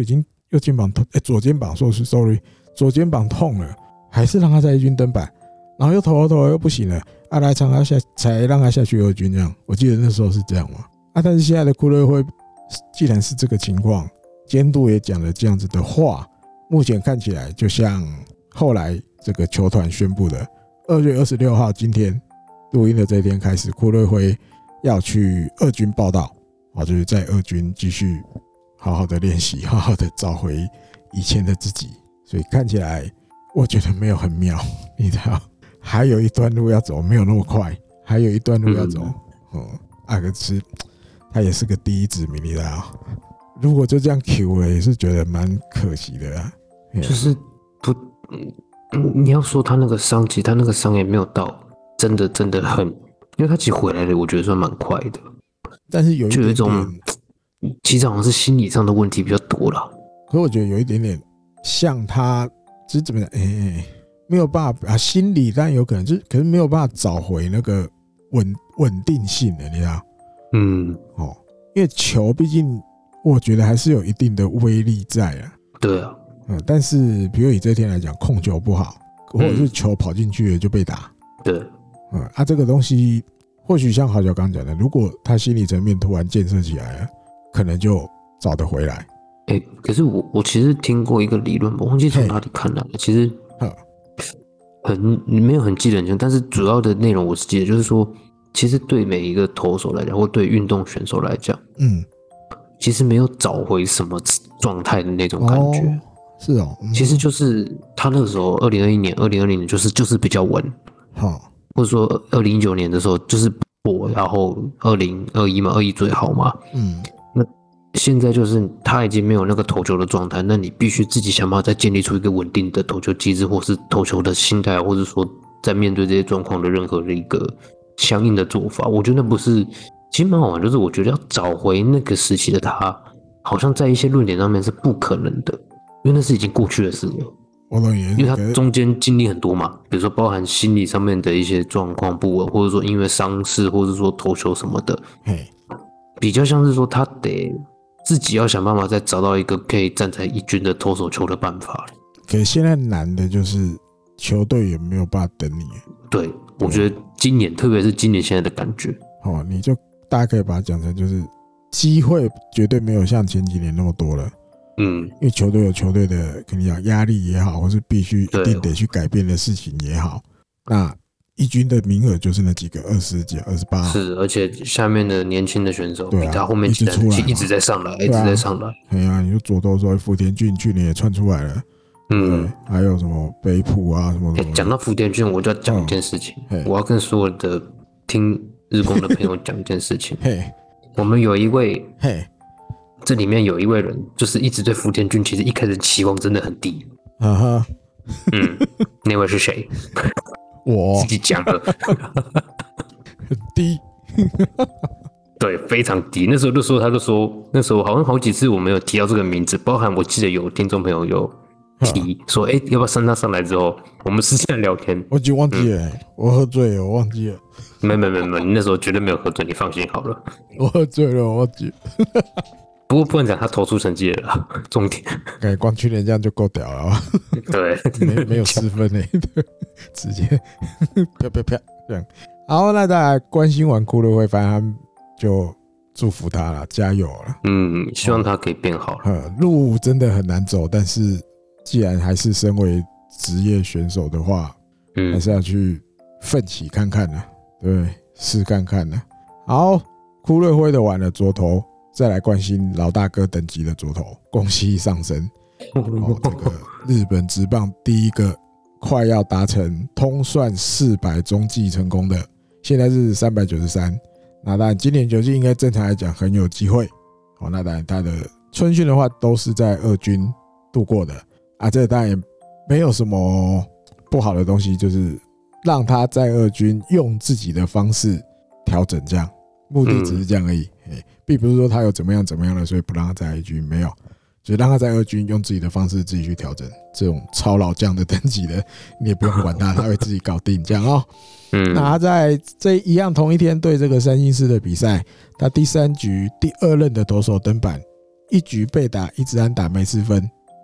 右肩膀痛，哎、欸，左肩膀说是 sorry， 左肩膀痛了，还是让他在一军登板，然后又投投又不行了，啊来长他下才让他下去二军这样，我记得那时候是这样嘛，啊，但是现在的库勒会既然是这个情况，监督也讲了这样子的话，目前看起来就像后来这个球团宣布的，二月二十六号今天录音的这一天开始，库勒会要去二军报道，就是在二军继续好好的练习，好好的找回以前的自己。所以看起来，我觉得没有很妙，你知道，还有一段路要走，没有那么快，还有一段路要走。嗯，阿格斯他也是个第一指名，你知道，如果就这样 Q 了，也是觉得蛮可惜的啊。 就是不，你要说他那个伤，其实他那个伤也没有到真的真的很，因为他其实回来的，我觉得算蛮快的。 但是有一点点就有一种，其实好像是心理上的问题比较多啦。 可是我觉得有一点点像他，就是怎么讲，哎、欸，没有办法啊，心理但有可能，就是可是没有办法找回那个稳稳定性的，你知道？ 嗯， 哦，因为球毕竟我觉得还是有一定的威力在啊。 对啊， 嗯，但是比如以这天来讲，控球不好，或者是球跑进去了就被打。 对， 嗯，啊，这个东西或许像豪脚刚讲的，如果他心理层面突然建设起来了，可能就找得回来。 哎、欸，可是我我其实听过一个理论，我忘记从哪里看来的，其实很没有很记得很清楚，但是主要的内容我是记得，就是说，其实对每一个投手来讲，或对运动选手来讲，嗯，其实没有找回什么状态的那种感觉。哦， 是哦，嗯， 其实就是他那个时候，二零二一年、二零二零年就是就是比较稳，好，或者说二零一九年的时候就是破，然后二零二一嘛，二一最好嘛，嗯。现在就是他已经没有那个投球的状态，那你必须自己想办法再建立出一个稳定的投球机制，或是投球的心态，或者说在面对这些状况的任何的一个相应的做法。我觉得那不是，其实蛮好玩，就是我觉得要找回那个时期的他，好像在一些论点上面是不可能的，因为那是已经过去的事了。 我懂你， 因为他中间经历很多嘛，比如说包含心理上面的一些状况不稳，或者说因为伤势，或者说投球什么的，比较像是说他得自己要想办法再找到一个可以站在一军的投手球的办法。 可是现在难的就是球队也没有办法等你。 对，我觉得今年，特别是今年现在的感觉， 哦，你就大家可以把它讲成就是机会绝对没有像前几年那么多了。嗯，因为球队有球队的跟你讲压力也好，或是必须一定得去改变的事情也好，那一军的名额就是那几个，二十几、二十八， 是，而且下面的年轻的选手比他后面几代一直在上来，一直在上来。 对啊，你就左投手福田俊去年也窜出来了，嗯，还有什么北浦啊什么什么。 讲到福田俊，我就要讲一件事情，我要跟所有的听日工的朋友讲一件事情。我们有一位，这里面有一位人，就是一直对福田俊其实一开始期望真的很低。啊哈，嗯，那位是谁？ 我自己讲了， 很低， 对，非常低。那时候就说，他就说，那时候好像好几次我们有提到这个名字，包含我记得有听众朋友有提说，哎、欸，要不要升他上来之后，我们私下聊天。 我已经忘记了、欸嗯，我喝醉了，我忘记了。 没没没没，你那时候绝对没有喝醉，你放心好了。 我喝醉了，我忘记了。 不过不能讲他投出成绩了啦，重点。 哎，光去年这样就够屌了吧？ 对， 没没有失分呢、欸，直接啪啪啪这样。好，那大家关心完库勒会，反正他们就祝福他了，加油了。 嗯，希望他可以变好了、 嗯。路真的很难走，但是既然还是身为职业选手的话，嗯，还是要去奋起看看呢，对，试看看呢。好，库勒会的完了，左投。再来关心老大哥等级的左投，恭喜上升！哦，这个日本职棒第一个快要达成通算四百中继成功的，现在是三百九十三。那当然，今年球季应该正常来讲很有机会。哦，那当然他的春训的话都是在二军度过的啊，这当然也没有什么不好的东西，就是让他在二军用自己的方式调整，这样目的只是这样而已。嗯，并不是说他有怎么样怎么样的，所以不让他在一军，没有，就是让他在二军用自己的方式自己去调整。这种超老将的等级的，你也不用管他，他会自己搞定，这样哦。嗯，那他在这一样同一天对这个三星狮的比赛，他第三局第二任的投手登板，一局被打，一直安打没失分，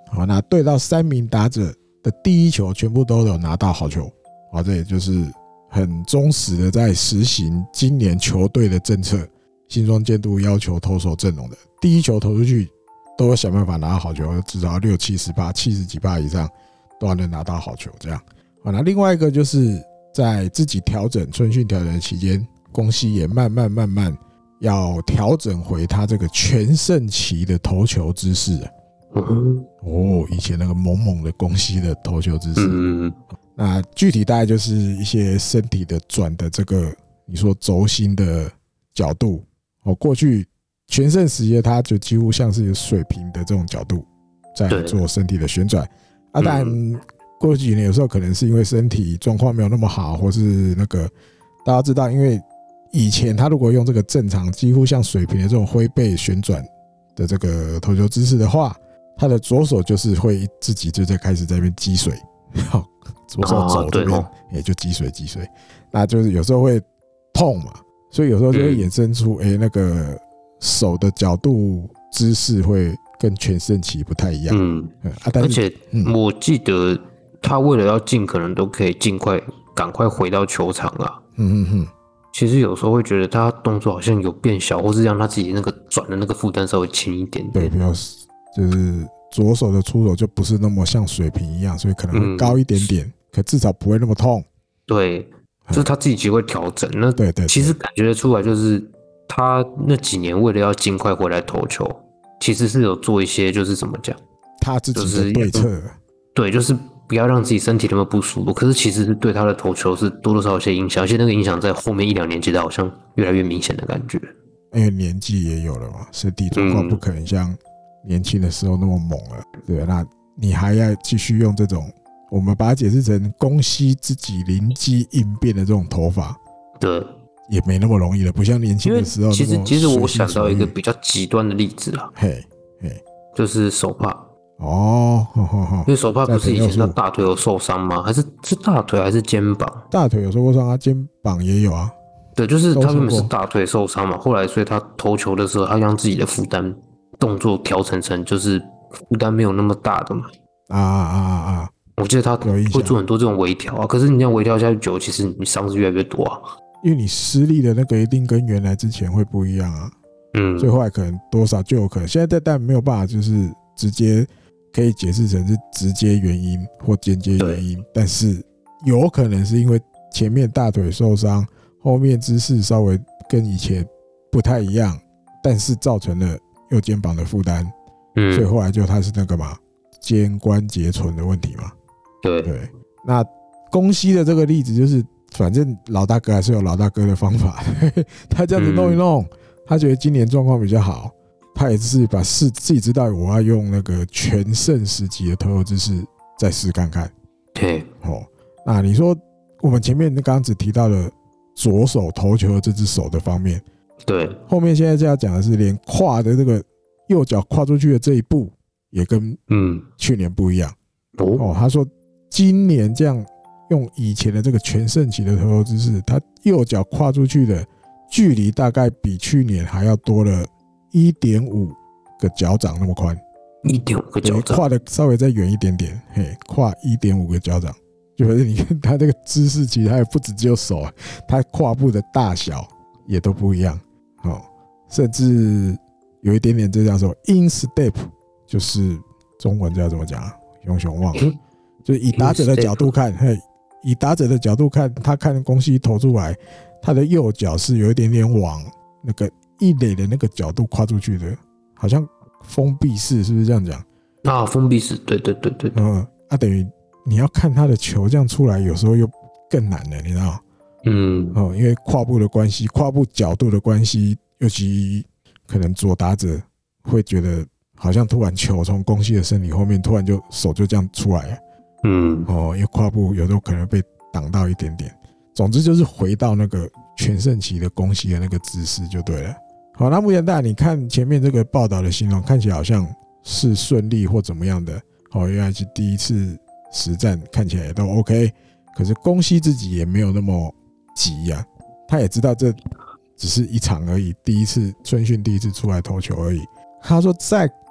好，那对到三名打者的第一球全部都有拿到好球，好，这也就是很忠实的在实行今年球队的政策，新庄监督要求投手阵容的第一球投出去都要想办法拿到好球，至少六七十趴、七十几趴以上都要能拿到好球，这样。好，那另外一个就是在自己调整春训调整的期间，宫西也慢慢慢慢要调整回他这个全盛期的投球姿势了。哦，以前那个猛猛的宫西的投球姿势。嗯，那具体大概就是一些身体的转的这个你说轴心的角度。哦，过去全盛时期他就几乎像是水平的这种角度在做身体的旋转。啊，当然过去几年有时候可能是因为身体状况没有那么好，或是那个大家知道，因为以前他如果用这个正常几乎像水平的这种挥背旋转的这个投球姿势的话，他的左手就是会自己就在开始在那边积水，左手走这边也就积水积水，那就是有时候会痛嘛，所以有时候就会衍生出哎、欸、那个手的角度姿势会跟全盛期不太一样。嗯，啊、 而且我记得他为了要尽可能都可以尽快赶快回到球场啊。嗯嗯嗯。其实有时候会觉得他动作好像有变小，或是让他自己那个转的那个负担稍微轻一点点。 对，比较就是左手的出手就不是那么像水平一样，所以可能会高一点点，嗯、可至少不会那么痛。 对，就是他自己其实会调整。那对对，其实感觉得出来，就是他那几年为了要尽快回来投球，其实是有做一些就是怎么讲， 他自己的对策。就是、 对，就是不要让自己身体那么不舒服。可是其实是对他的投球是多多少少有些影响，而且那个影响在后面一两年，其实好像越来越明显的感觉。 因为年纪也有了嘛，身体状况不可能像年轻的时候那么猛了，对吧？那你还要继续用这种，我们把它解释成宫西自己灵机应变的这种投法， 对， 也没那么容易了，不像年轻的时候。 其实，其实我想到一个比较极端的例子啊，嘿，嘿，就是手帕。哦，呵呵呵，因为手帕不是以前他大腿有受伤吗？还是是大腿还是肩膀？ 大腿有受过伤，他肩膀也有啊。 对，就是他原本是大腿受伤嘛，后来所以他投球的时候，他让自己的负担动作调整成就是负担没有那么大的嘛。啊啊啊啊！我记得他会做很多这种微调啊，可是你这样微调下去久，其实你伤是越来越多啊。 因为你施力的那个一定跟原来之前会不一样啊。嗯，所以后来可能多少就有可能，现在但没有办法就是直接可以解释成是直接原因或间接原因，但是有可能是因为前面大腿受伤。后面姿势稍微跟以前不太一样，但是造成了右肩膀的负担，嗯，所以后来就他是那个嘛肩关节唇的问题嘛。 对对，那宫西的这个例子就是，反正老大哥还是有老大哥的方法，他这样子弄一弄，嗯、他觉得今年状况比较好，他也是把试自己知道我要用那个全盛时期的投球姿势再试看看。 对， 哦，那你说我们前面刚刚只提到了。左手投球的这只手的方面， 对， 后面现在就要讲的是，连跨的这个右脚跨出去的这一步，也跟嗯去年不一样。哦，他说今年这样用以前的这个全盛期的投球姿势，他右脚跨出去的距离大概比去年还要多了 一点五 个脚掌那么宽， 一点五 个脚掌， 跨的稍微再远一点点，嘿，跨 一点五 个脚掌。就是你看他这个姿势，其实他也不只只有手，他跨步的大小也都不一样，哦，甚至有一点点这样说 ，in step， 就是中文叫怎么讲啊？熊熊忘了，就是以打者的角度看，嘿，以打者的角度看，他看宫西投出来，他的右脚是有一点点往那个一垒的那个角度跨出去的，好像封闭式，是不是这样讲？ 啊，封闭式，对对对对， 嗯，啊，等于。你要看他的球这样出来，有时候又更难了，你知道？嗯，哦，因为跨步的关系，跨步角度的关系，尤其可能左打者会觉得好像突然球从宫西的身体后面突然就手就这样出来了，嗯，哦，因为跨步有时候可能被挡到一点点。总之就是回到那个全盛期的宫西的那个姿势就对了。好，那目前大家你看前面这个报道的形容，看起来好像是顺利或怎么样的，哦，原来是第一次。实战看起来也都 OK， 可是宫西自己也没有那么急呀、啊，他也知道这只是一场而已，第一次春训第一次出来投球而已。他说在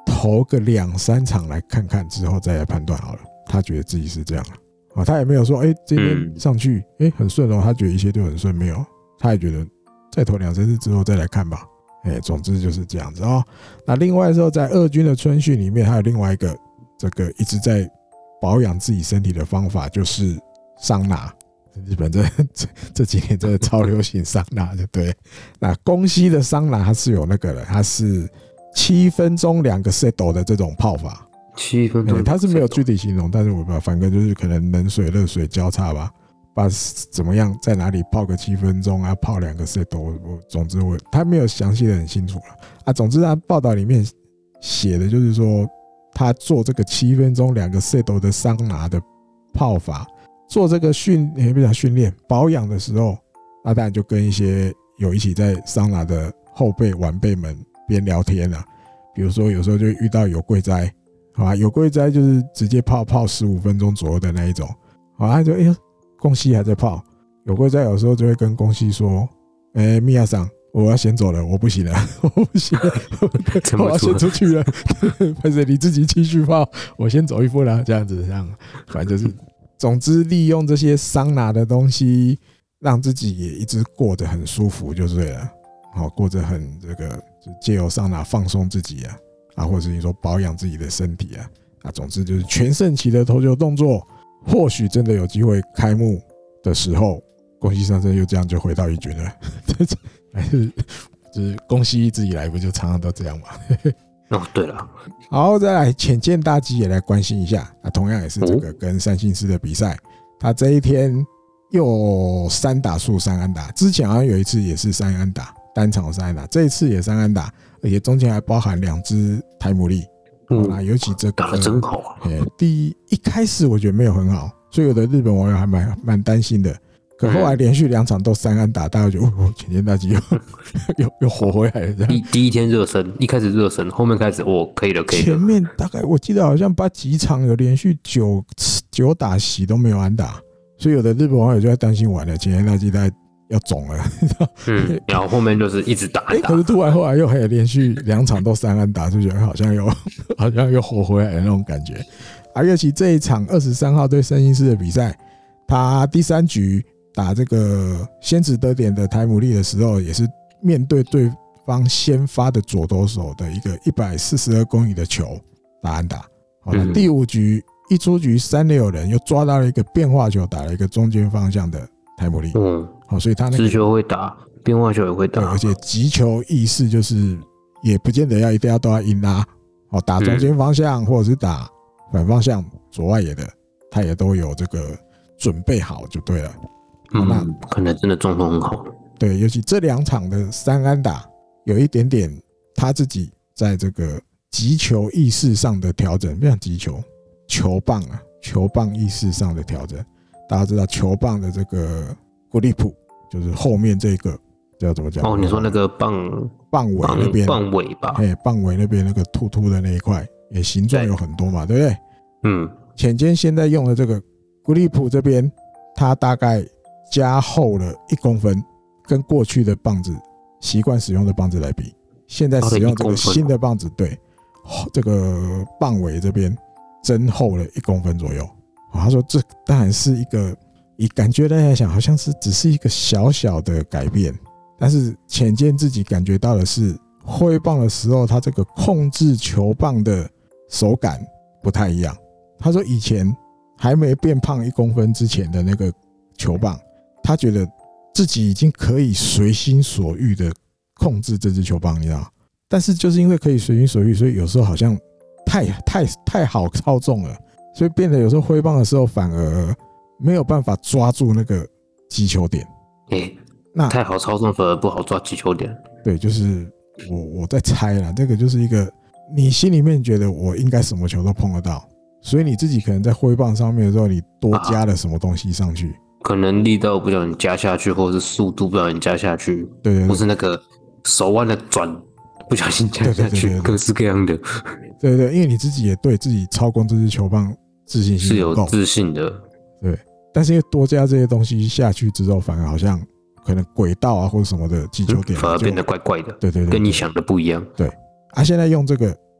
投个两三场来看看之后再来判断好了。他觉得自己是这样啊，他也没有说哎、欸，这边上去哎、欸、很顺哦，他觉得一切都很顺，没有，他也觉得再投两三次之后再来看吧。哎、欸，总之就是这样子哦。那另外之后在二军的春训里面，还有另外一个这个一直在保养自己身体的方法，就是桑拿。日本这这这几年真的超流行桑拿，就对。那宫西的桑拿它是有那个的，它是七分钟两个 set 的这种泡法。 七分钟， 它是没有具体形容，但是我不知道，反正就是可能冷水、热水交叉吧，把怎么样在哪里泡个七分钟啊，泡两个 set， 我我总之我他没有详细的很清楚了啊。总之他报道里面写的就是说，他做这个七分钟两个 set 的桑拿的泡法，做这个训也不讲训练保养的时候，那当然就跟一些有一起在桑拿的后辈晚辈们边聊天啊，比如说有时候就遇到有贵哉。好啊，有贵哉就是直接泡泡十五分钟左右的那一种，好啊，就哎呀，宫西还在泡，有贵哉有时候就会跟宫西说，哎、欸，米亚桑，我要先走了，我不行了，我不行了，我要先出去了，拍摄你自己继续泡，我先走一步了，这样子，这样，反正就是，总之利用这些桑拿的东西，让自己也一直过得很舒服就对了，好，过着很这个，就借由桑拿放松自己啊。啊，或者是你说保养自己的身体啊，啊，总之就是全盛期的投球动作，或许真的有机会开幕的时候，宫西尚生又这样就回到一军了，还是就是宫西一直以来不就常常都这样吗？ 哦，对了， 好，再来浅见大基也来关心一下，啊，同样也是这个跟三星狮的比赛，他这一天又三打数三安打，之前好像有一次也是三安打。单场三安打，这一次也三安打，而且中间还包含两支台姆利。嗯，尤其这个打得真好啊！ 第一一开始我觉得没有很好，所以有的日本网友还蛮蛮担心的。可后来连续两场都三安打，大家就哦，浅见大基又又又活回来了。这样第第一天热身，一开始热身，后面开始哦，可以了，可以了。 前面大概我记得好像把几场有连续九九打席都没有安打，所以有的日本网友就在担心完了，浅见大基在。要肿了， 嗯，然后后面就是一直打， 欸、可是突然后来又还有连续两场都三安打，就觉得好像又好像又活回来的那种感觉。啊，尤其这一场二十三号对圣星狮的比赛，他第三局打这个先指得点的台姆利的时候，也是面对对方先发的左投手的一个一百四十二公里的球打安打。好了，第五局一出局三垒有人，又抓到了一个变化球，打了一个中间方向的台姆利。嗯。好，所以他那个直球会打，变化球也会打， 而且击球意识就是也不见得要一定要都要硬拉，好，打中间方向或者是打反方向左外野的，他也都有这个准备好就对了。 嗯，那可能真的状况很好。 对，尤其这两场的三安打，有一点点他自己在这个击球意识上的调整，不像击球，球棒啊，球棒意识上的调整。大家知道球棒的这个。グリップ就是后面这个叫怎么讲？ 哦，你说那个棒棒尾那边， 棒尾吧？ 哎，棒尾那边那个突突的那一块，也形状有很多嘛， 对, 对不对？嗯，浅见现在用的这个グリップ这边，它大概加厚了一公分，跟过去的棒子习惯使用的棒子来比，现在使用这个新的棒子，对，这个棒尾这边增厚了一公分左右。他说这当然是一个。以感觉来想，好像是只是一个小小的改变，但是浅见自己感觉到的是，挥棒的时候，他这个控制球棒的手感不太一样。他说以前还没变胖一公分之前的那个球棒，他觉得自己已经可以随心所欲的控制这支球棒，你知道？但是就是因为可以随心所欲，所以有时候好像太太太好操纵了，所以变得有时候挥棒的时候反而。没有办法抓住那个击球点， 哎、欸，那太好操纵反而不好抓击球点。 对，就是我我在猜啦，这个就是一个你心里面觉得我应该什么球都碰得到，所以你自己可能在挥棒上面的时候，你多加了什么东西上去，啊、 可能力道不小心加下去，或者是速度不小心加下去， 对对对， 或是那个手腕的转不小心加下去，对对对对对，各式各样的。 对对对，因为你自己也对自己操控这支球棒自信心是有自信的。 对，但是因为多加这些东西下去之后，反而好像可能轨道啊或者什么的击球点、 嗯、反而变得怪怪的， 对对 对, 對， 跟你想的不一样。 对，啊，现在用这个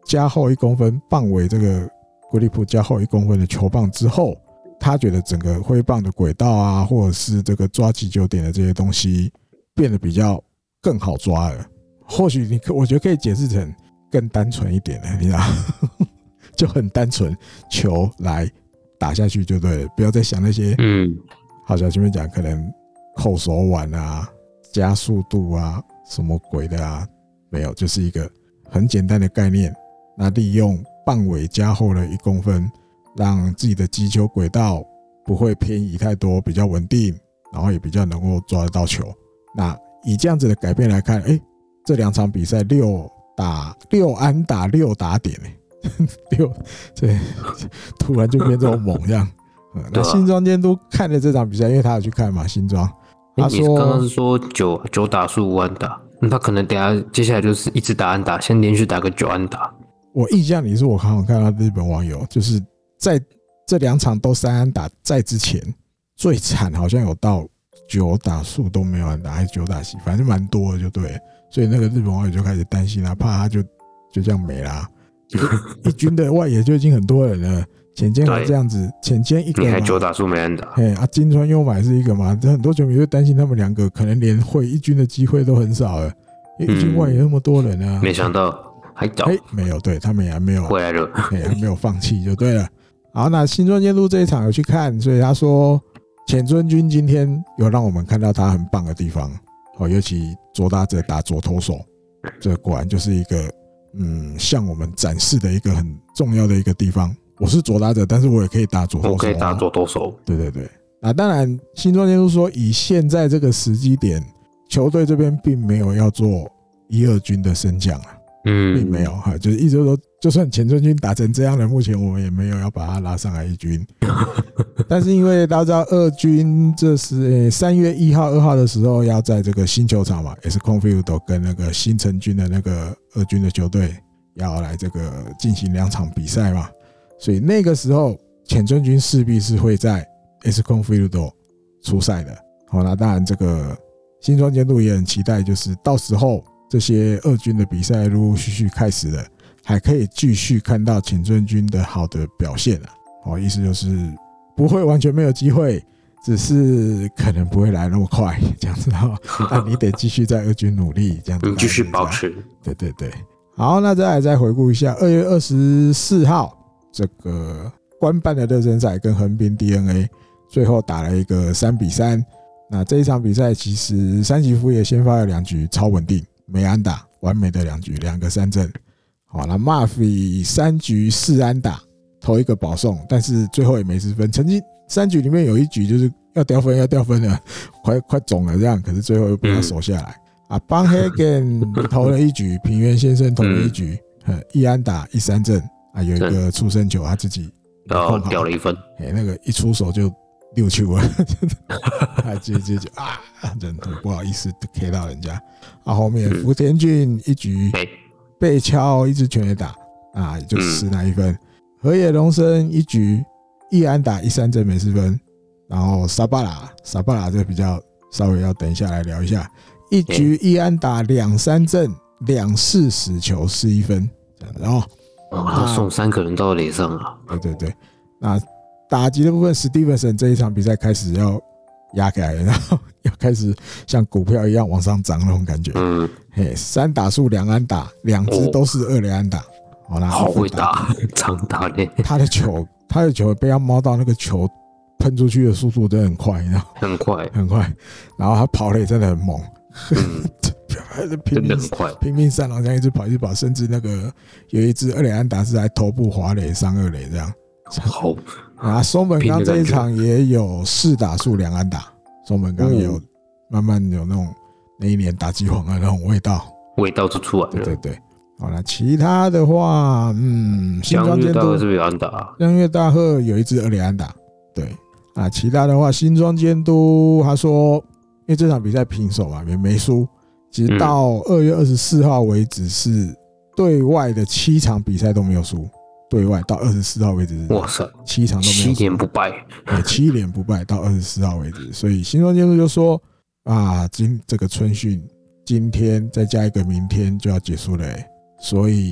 加厚一公分，棒尾这个 grip 加厚一公分的球棒之后，他觉得整个挥棒的轨道啊，或者是这个抓击球点的这些东西变得比较更好抓了。或许你我觉得可以解释成更单纯一点的，你知道，就很单纯，球来打下去就对了，不要再想那些，嗯，好像前面讲可能扣手腕啊、加速度啊、什么鬼的啊，没有，就是一个很简单的概念。那利用棒尾加厚了一公分，让自己的击球轨道不会偏移太多，比较稳定，然后也比较能够抓得到球。那以这样子的改变来看，哎、欸，这两场比赛六打六安打六打点、欸，六对，突然就变这么猛这样。嗯、那新庄监督看了这场比赛，因为他有去看嘛，新庄，他说刚刚是说九九打数五安打，他可能等一下接下来就是一直打安打，先连续打个九安打。 我印象里是我刚好看到日本网友，就是在这两场都三安打，在之前最惨好像有到九打数都没有安打，还是九打席，反正蛮多的就对了。所以那个日本网友就开始担心啦、啊，怕他就就这样没啦。一军的外野就已经很多人了，浅间还这样子，浅间一个嘛， 你还九打数没安打， 哎啊，金川优买是一个嘛，很多球迷就担心他们两个可能连会一军的机会都很少了，因为一军外野那么多人啊， 没想到。还早、 欸，没有，对他们也还没有回来了， 欸、还没有放弃就对了。好，那新庄监督这一场有去看，所以他说浅村君今天有让我们看到他很棒的地方，哦，尤其左打者打左投手，这果然就是一个嗯向我们展示的一个很重要的一个地方。我是左打者，但是我也可以打左投手、啊， 我可以打左投手。 对对对，那当然，新庄监督说以现在这个时机点，球队这边并没有要做一二军的升降啊。嗯，并没有哈，就是意思说，就算浅村君打成这样的，目前我们也没有要把他拉上来一军。但是因为大家知道二军这是三月一号、二号的时候要在这个新球场嘛 ，ESCON Field 跟那个新成军的那个二军的球队要来这个进行两场比赛嘛，所以那个时候浅村君势必是会在 ESCON Field 出赛的。好，那当然这个新庄监督也很期待，就是到时候。这些二军的比赛陆陆续续开始了，还可以继续看到浅村君的好的表现啊！哦，意思就是不会完全没有机会，只是可能不会来那么快，这样子哈。但你得继续在二军努力，这样子。 你继续保持。 对对对。好，那再来再回顾一下，二月二十四号这个官办的热身赛跟横滨 D N A 最后打了一个三比三。那这一场比赛其实山崎福也先发了两局，超稳定。没安打，完美的两局，两个三振。好，那 Murphy 三局四安打，投一个保送，但是最后也没失分。曾经三局里面有一局就是要掉分，要掉分了，快快肿了这样，可是最后又被他守下来。啊，帮 Hagen 投了一局，平原先生投了一局，一安打一三振啊，有一个出生球他自己哦掉了一分， 哎，那个一出手就六球了，还直接就啊，忍住不好意思 K 到人家。啊，后面福田俊一局被敲一支全垒打啊，也就十拿一分。河野龙生一局一安打一三振没失分，然后沙巴拉沙巴拉这比较稍微要等一下来聊一下，一局一安打两三振两次死球失一分，这样子哦。 他送三个人到垒上了。 对对对，那打击的部分 ，Stevenson 这一场比赛开始要压起来了，然后要开始像股票一样往上涨那种感觉。嗯，嘿，三打数两安打，两支都是二垒安打。好啦， 好会打，长打嘞。 他的球，他的球被他猫到，那个球喷出去的速度真的很快，你知道？ 很快， 很快。然后他跑垒真的很猛。 嗯拼命很快， 拼命三郎这样一直跑一直跑，甚至那个有一支二垒安打是在头部滑垒上二垒这样。 好啊，松本刚这一场也有四打数两安打，松本刚也有慢慢有那种那一年打击皇的那种味道， 味道就出来了。 对对对，好了，其他的话，嗯，新庄监督江月大贺是不是有安打？ 江月大贺有一支二垒安打，对啊，其他的话，新庄监督他说，因为这场比赛平手嘛，也没输。其实到二月二十四号为止，是对外的七场比赛都没有输。对外到二十四号为止， 哇塞， 七场都没有输， 七连不败， 对，七连不败到二十四号为止。所以新庄监督就说啊，今这个春训今天再加一个明天就要结束了、欸，所以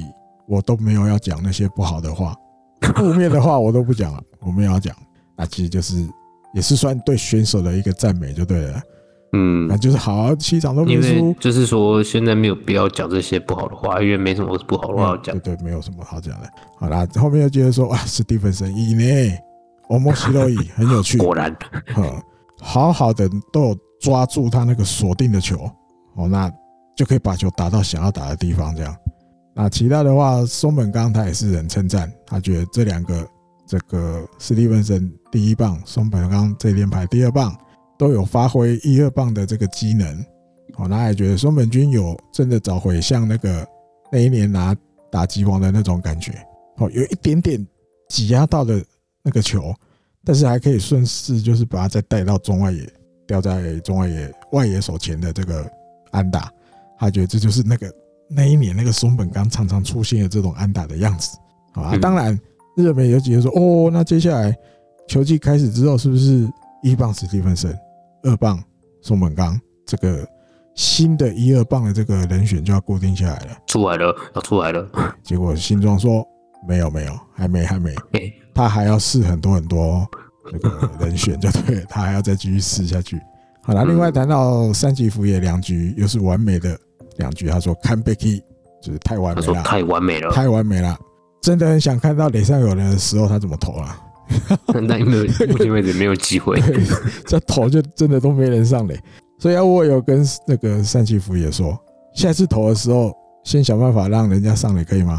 我都没有要讲那些不好的话，负面的话我都不讲了，我没有要讲。那其实就是也是算对选手的一个赞美就对了。 嗯， 那就是好，七场都没输。 因为就是说现在没有必要讲这些不好的话，因为没什么不好的话要讲。 对对，没有什么好讲的。好啦，后面又接着说啊，史蒂芬森伊呢，欧莫西洛伊很有趣。 果然， 嗯，好好的都有抓住他那个锁定的球，哦，那就可以把球打到想要打的地方，这样。那其他的话，松本刚他也是很称赞，他觉得这两个，这个史蒂芬森第一棒，松本刚这连排第二棒。都有发挥一二棒的这个机能，哦，那也觉得松本君有真的找回像那个那一年拿打击王的那种感觉，哦，有一点点挤压到的那个球，但是还可以顺势就是把它再带到中外野，掉在中外野外野手前的这个安打，他觉得这就是那个那一年那个松本刚常常出现的这种安打的样子，啊，当然日本媒体有几个说，哦，那接下来球季开始之后是不是一棒史蒂芬森？二棒松本刚，这个新的一二棒的这个人选就要固定下来了， 出来了，要出来了。 结果新庄说没有没有，还没还没，他还要试很多很多这个人选，就对了，他还要再继续试下去。好了，另外谈到三级福野两局又是完美的两局，他说看 Becky 就是太完美了， 太完美了， 太完美了，真的很想看到垒上有人的时候他怎么投了。 但因为目前为止没有机会， 这投就真的都没人上垒，所以我有跟那个三崎福也说，下次投的时候先想办法让人家上垒，可以吗？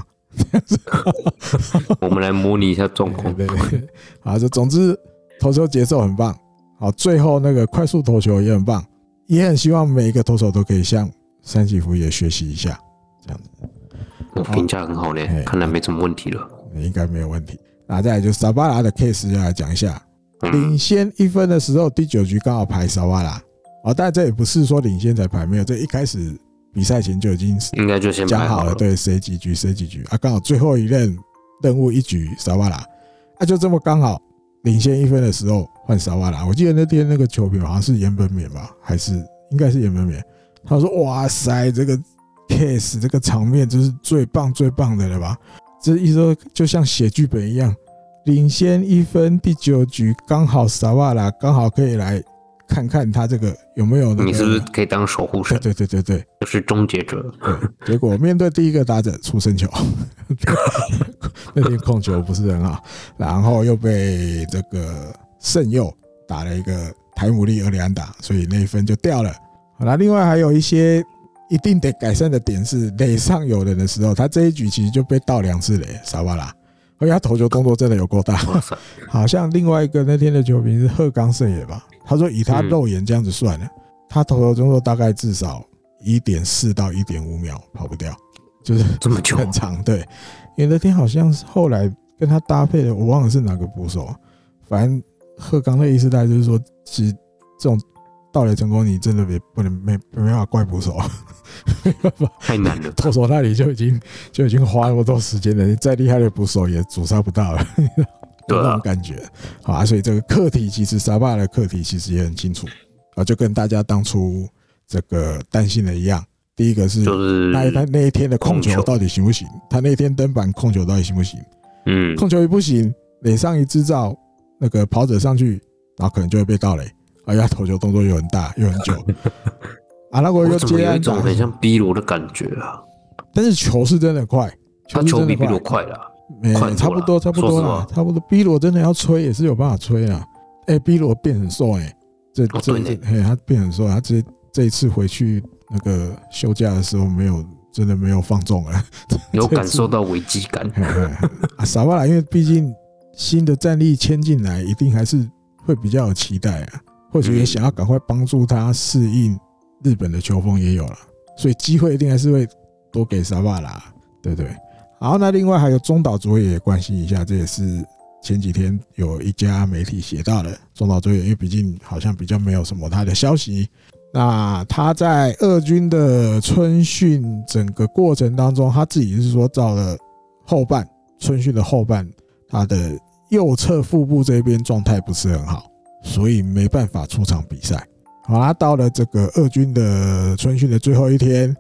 我们来模拟一下状况。 对对对，好，这总之投球节奏很棒，好，最后那个快速投球也很棒，也很希望每一个投手都可以向三崎福也学习一下，这样子。 我评价很好呢，看来没什么问题了， 应该没有问题。那再来就萨巴拉的 case 要来讲一下，领先一分的时候，第九局刚好排萨巴拉，哦，但这也不是说领先才排，没有，这一开始比赛前就已经应该就先讲好了，对，谁几局谁几局啊，刚好最后一任任务一局萨巴拉，啊，就这么刚好领先一分的时候换萨巴拉，我记得那天那个球评好像是岩本勉吧，还是应该是岩本勉，他说哇塞，这个 case 这个场面就是最棒最棒的了吧。这意思说就像写剧本一样，领先一分，第九局刚好萨瓦拉刚好可以来看看他这个有没有那个， 你是不是可以当守护神？ 对对对对对， 就是终结者。 结果面对第一个打者出生球，那天控球不是很好，然后又被这个圣佑打了一个台姆利二垒安打，所以那一分就掉了。好了，另外还有一些一定得改善的点是，垒上有人的时候，他这一局其实就被盗两次垒，萨瓦拉，而且他投球动作真的有够大。好像另外一个那天的球评是鹤冈胜也吧，他说以他肉眼这样子算了，他投球动作大概至少 一点四 到 一点五 秒跑不掉，就是这么久很长。对，因为那天好像是后来跟他搭配的，我忘了是哪个捕手，反正鹤冈的意思大概就是说，其实这种盗垒成功，你真的别不能没没办法怪捕手，没办法， 太难了。 投手那里就已经就已经花那么多时间了，你再厉害的捕手也阻杀不到了，有那种感觉。好啊，所以这个课题其实沙巴的课题其实也很清楚啊，就跟大家当初这个担心的一样。第一个是那一那一天的控球到底行不行？他那天登板控球到底行不行？嗯，控球一不行，垒上一制造那个跑者上去，然后可能就会被盗垒。哎呀，投球动作又很大又很久啊！那我又接有一种很像 B 罗的感觉啊， 但是球是真的快， 他球比 B 罗快啦， 欸，差不多差不多啦，差不多。B 罗真的要吹也是有办法吹啦。哎 ，B 罗变很瘦哎，这这嘿，他变很瘦，他这这一次回去那个休假的时候没有真的没有放纵了， 有感受到危机感。 啊，傻巴啦，因为毕竟新的战力签进来，一定还是会比较有期待啊。或许也想要赶快帮助他适应日本的球风也有了，所以机会一定还是会多给沙巴拉，对不对？好，那另外还有中岛卓也关心一下，这也是前几天有一家媒体写到的中岛卓也，因为毕竟好像比较没有什么他的消息。那他在二军的春训整个过程当中，他自己是说到了后半春训的后半，他的右侧腹部这边状态不是很好。所以没办法出场比赛。好啦，到了这个二军的春训的最后一天，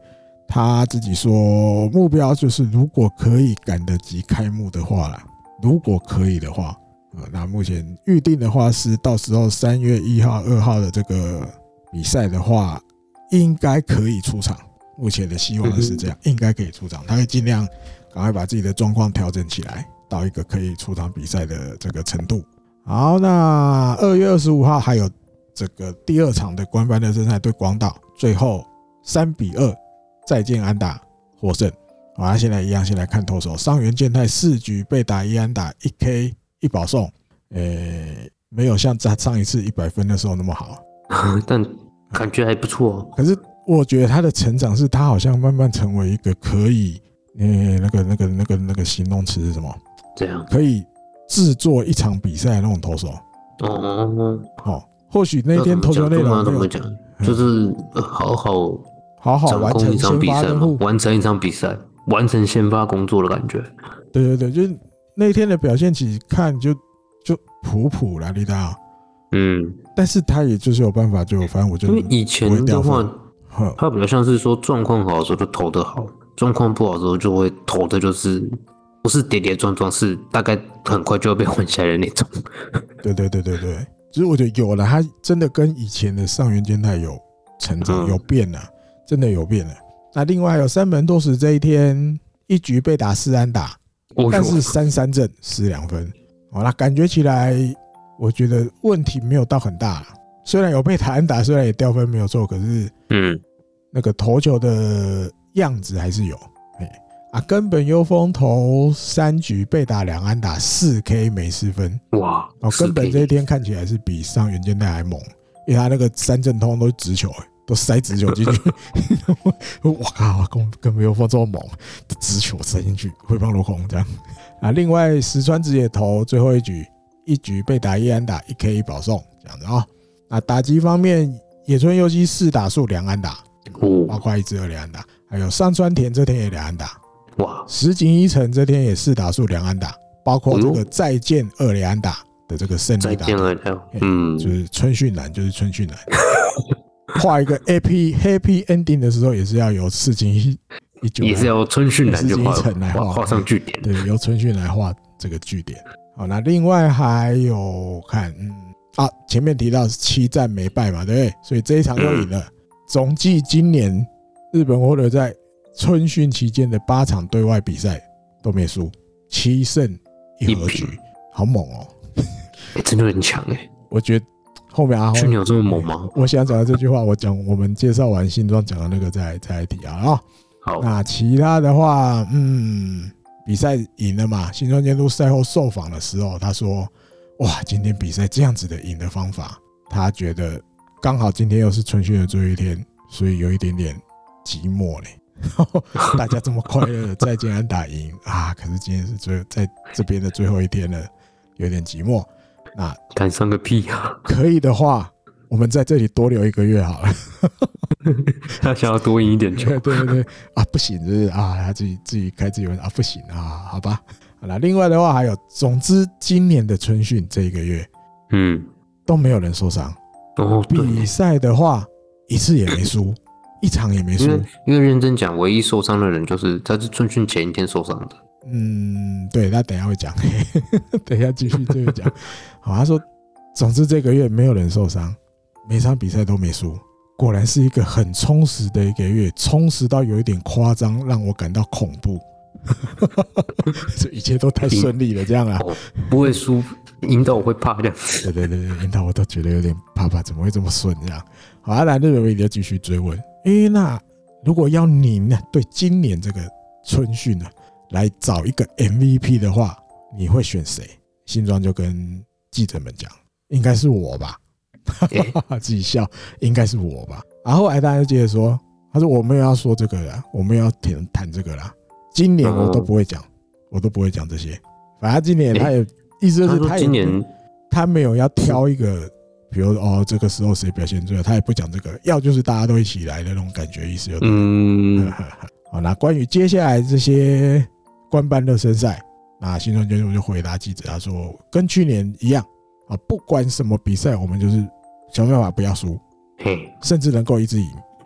他自己说目标就是如果可以赶得及开幕的话啦，如果可以的话，那目前预定的话是到时候三月一号、二号的这个比赛的话，应该可以出场。目前的希望是这样，应该可以出场。他会尽量赶快把自己的状况调整起来，到一个可以出场比赛的这个程度。好，那二月二十五号还有这个第二场的官办热身赛对广岛，最后三比二再见安打获胜。好，那现在一样，先来看投手。上原健太四局被打一安打一 K 一保送，诶，没有像上一次一百分的时候那么好， 但感觉还不错哦。 可是我觉得他的成长是他好像慢慢成为一个可以，诶，那个那个那个那个形容词是什么？ 这样可以制作一场比赛的那种投手。 哦哦，或许那天投球内容怎么讲，就是好好好好完成先发任务， 完成一场比赛，完成先发工作的感觉。 对对对，就是那天的表现，其实看就就普普啦，你知道？ 嗯， 但是他也就是有办法，就反正我就因为以前的话，他比较像是说状况好的时候就投得好，状况不好的时候就会投的就是不是跌跌撞撞，是大概很快就会被换下来的那种。 对对对对对，其实我觉得有了，他真的跟以前的上原健太有成长，有变了，真的有变了。那另外还有山本斗史这一天一局被打四安打，但是三三振失两分。哦，那感觉起来，我觉得问题没有到很大啦。虽然有被打安打，虽然也掉分没有错，可是嗯，那个投球的样子还是有。啊，根本优风投三局被打两安打四 K 没失分。哇！哦，根本这一天看起来是比上原健太还猛，因为他那个三振通都是直球，都塞直球进去。我靠，根本优风这么猛，直球塞进去，挥棒落空这样。啊，另外石川直也投最后一局，一局被打一安打一 K 一保送这样子啊。那打击方面，野村佑希四打数两安打，包括一支二垒安打，还有上川田这天也两安打。哇！石井一成这天也四打数两安打，包括这个再见二垒安打的这个胜利打，嗯，就是春训男，就是春训男。画一个 happy happy ending 的时候，也是要由石井一一九， 也是由春训男就画来画上句点， 对，由春训来画这个句点。好，那另外还有看，嗯，啊，前面提到七战没败嘛，对不对？所以这一场又赢了。嗯、总计今年日本火腿在春训期间的八场对外比赛都没输，七胜一和局，好猛哦、 欸！真的很强哎、欸！ 我觉得后面啊， 去年有这么猛吗？ 我想讲的这句话，我讲我们介绍完新庄讲的那个再再来提啊啊。好，那其他的话，嗯，比赛赢了嘛？新庄监督赛后受访的时候，他说：“哇，今天比赛这样子的赢的方法，他觉得刚好今天又是春训的最后一天，所以有一点点寂寞嘞。”大家这么快乐的再见安打赢啊！可是今天是最在这边的最后一天了，有点寂寞。那赶上个屁啊！ 可以的话，我们在这里多留一个月好了。 他想要多赢一点球， 对对对啊，不行，就是啊，他自己自己开自己玩啊，不行啊，好吧。好了，另外的话还有，总之今年的春训这一个月，嗯，都没有人受伤。哦，比赛的话一次也没输。一场也没输， 因为认真讲，唯一受伤的人就是他是春训前一天受伤的。 嗯，对，他等一下会讲，等一下继续这个讲。好，他说，总之这个月没有人受伤，每场比赛都没输，果然是一个很充实的一个月，充实到有一点夸张，让我感到恐怖。这一切都太顺利了，这样啊， 哦、不会输，赢到我会怕这样子。 对对对对，赢到我都觉得有点怕怕，怎么会这么顺这样？好，啊，那日本媒体就继续追问。欸、那如果要您呢对今年这个春训呢来找一个 M V P 的话，你会选谁？新庄就跟记者们讲，应该是我吧，欸、自己笑，应该是我吧。然后后来大家就接着说，他说我们要说这个啦，我们要谈谈这个啦。今年我都不会讲，我都不会讲这些。反正今年他也、欸、意思就是他也今年他没有要挑一个。比如哦，这个时候谁表现最好，他也不讲这个，要就是大家都一起来的那种感觉，意思就对。嗯，好，那关于接下来这些官办热身赛，那新庄监督就回答记者，他说跟去年一样啊，不管什么比赛，我们就是想办法不要输，甚至能够一直赢，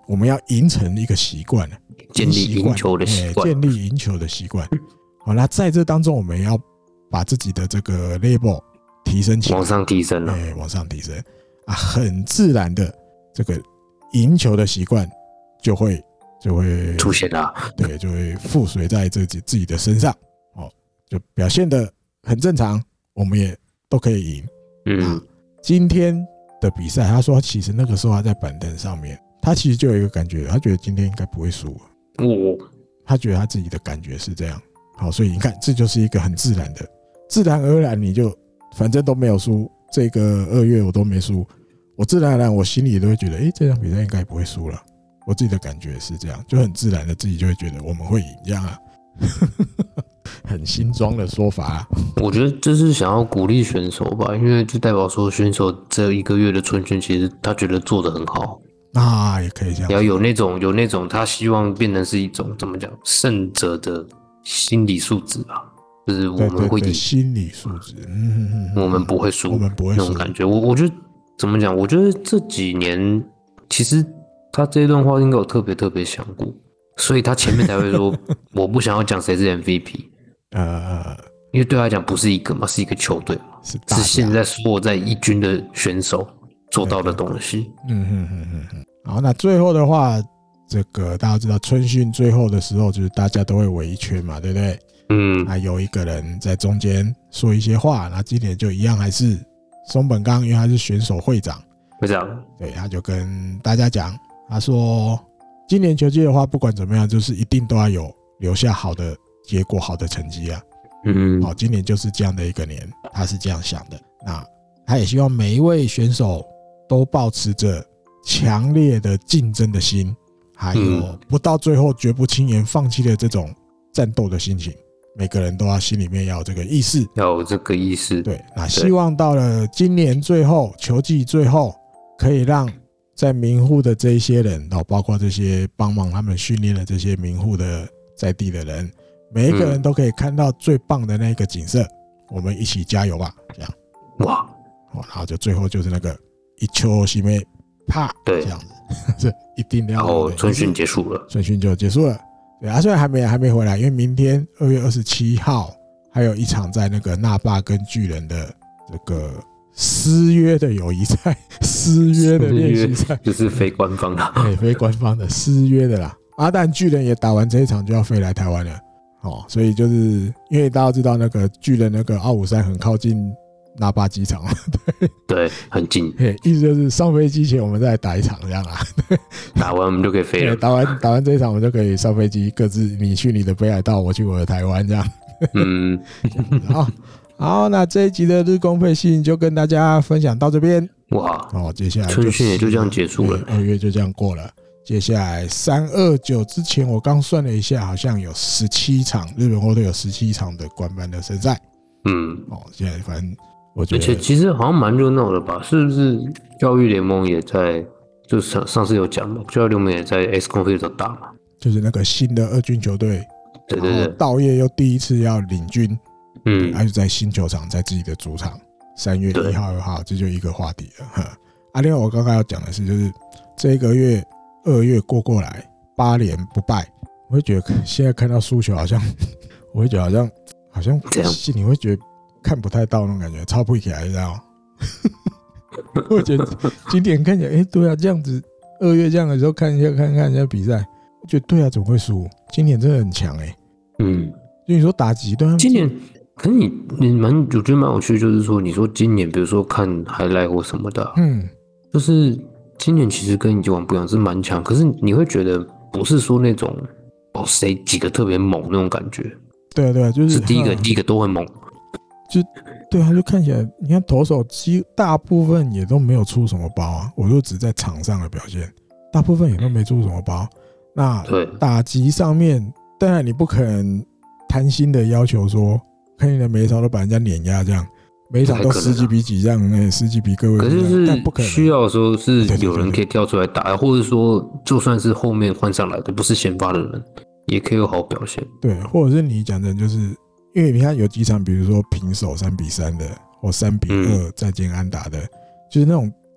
我们要赢成一个习惯， 建立赢球的习惯， 建立赢球的习惯。好，那在这当中，我们要把自己的这个 level 提升起来， 往上提升了， 哎，往上提升啊，很自然的这个赢球的习惯就会就会出现了， 对，就会附随在自己自己的身上，哦，就表现得很正常，我们也都可以赢。 嗯、 啊，今天的比赛，他说其实那个时候他在板凳上面，他其实就有一个感觉，他觉得今天应该不会输。 哦， 他觉得他自己的感觉是这样。好，所以你看，这就是一个很自然的，自然而然你就反正都没有输，这个二月我都没输，我自然而然我心里都会觉得，哎、欸，这场比赛应该不会输了。我自己的感觉是这样，就很自然的自己就会觉得我们会赢，这样啊。很新庄的说法啊。 我觉得这是想要鼓励选手吧，因为就代表说选手这一个月的春训，其实他觉得做得很好。 啊，也可以这样。 要有那种有那种他希望变成是一种怎么讲胜者的心理素质啊，就是我们会以心理素质，嗯， 我们不会输， 我们不会输那种感觉。我我觉得怎么讲？我觉得这几年其实他这一段话应该有特别特别想过，所以他前面才会说我不想要讲谁是 M V P， 呃，因为对他来讲不是一个嘛，是一个球队嘛，是是现在所有在一军的选手做到的东西。 嗯嗯嗯嗯嗯。好，那最后的话，这个大家知道春训最后的时候，就是大家都会围一圈嘛，对不对？嗯。那有一个人在中间说一些话，那今年就一样还是松本刚，因为他是选手会长。 会长。 对，他就跟大家讲，他说今年球季的话，不管怎么样，就是一定都要有留下好的结果、好的成绩啊。嗯。好，今年就是这样的一个年，他是这样想的。那他也希望每一位选手都保持着强烈的竞争的心，还有不到最后绝不轻言放弃的这种战斗的心情。每个人都要心里面要有这个意识， 要有这个意识。 对，那希望到了今年最后球季最后，可以让在民户的这一些人，包括这些帮忙他们训练的这些民户的在地的人，每一个人都可以看到最棒的那个景色。我们一起加油吧！这样， 哇， 然后就最后就是那个一球西梅啪， 对， 这样子，这一定要。 然后春训结束了， 春训就结束了。对啊，虽然还没还没回来，因为明天二月二十七号还有一场在那个那霸跟巨人的这个私约的友谊赛，私约的练习赛， 就是非官方的， 对，非官方的私约的啦。啊，但巨人也打完这一场就要飞来台湾了，哦，所以就是因为大家知道那个巨人那个奥武山很靠近那霸机场，对对，很近。 意思就是上飞机前我们再来打一场这样啊。 打完我们就可以飞了。 打完打完这一场，我们就可以上飞机，各自你去你的北海道，我去我的台湾这样。嗯，好，好，那这一集的日工配信就跟大家分享到这边。哇，哦，接下来春训也就这样结束了， 二月就这样过了。接下来三二九之前，我刚算了一下，好像有十七场日本火腿有十七场的官班的参赛。嗯，哦，现在反正。 而且其实好像蛮热闹的吧？是不是教育联盟也在？就上上次有讲嘛，教育联盟也在 X 公会都打嘛， 就是那个新的二军球队， 对对对， 稻叶又第一次要领军，嗯，还是在新球场，在自己的主场，三月一号、二号，这就一个话题了。哈，啊，另外我刚刚要讲的是，就是这一个月二月过过来，八连不败，我会觉得现在看到输球好像，我会觉得好像好像心里会觉得。看不太到那种感觉，超不起来，知道吗？我觉得今天看起来，哎、欸，对啊，这样子，二月这样的时候看一下，看看一下比赛，我觉得对啊，怎么会输？今年真的很强哎、欸，嗯，就你说打击对啊， 今年，可是你你蛮，我觉得蛮有趣，就是说，你说今年，比如说看 highlight 或什么的、啊，嗯，就是今年其实跟以往不一样，是蛮强，可是你会觉得不是说那种哦谁几个特别猛那种感觉， 对啊对啊，就是是第一个、嗯、第一个都很猛。 就对啊，就看起来，你看投手基大部分也都没有出什么包啊，我就只在场上的表现，大部分也都没出什么包。那打击上面，当然你不可能贪心的要求说，看你的每一场都把人家碾压这样，每一场都十几比几这样，那十几比各位， 可是是不可能需要的时候是有人可以跳出来打，或者说就算是后面换上来的不是先发的人，也可以有好表现。 对，或者是你讲的就是。因为你看有几场，比如说平手三比三的，或三比二再见安打的，就是那种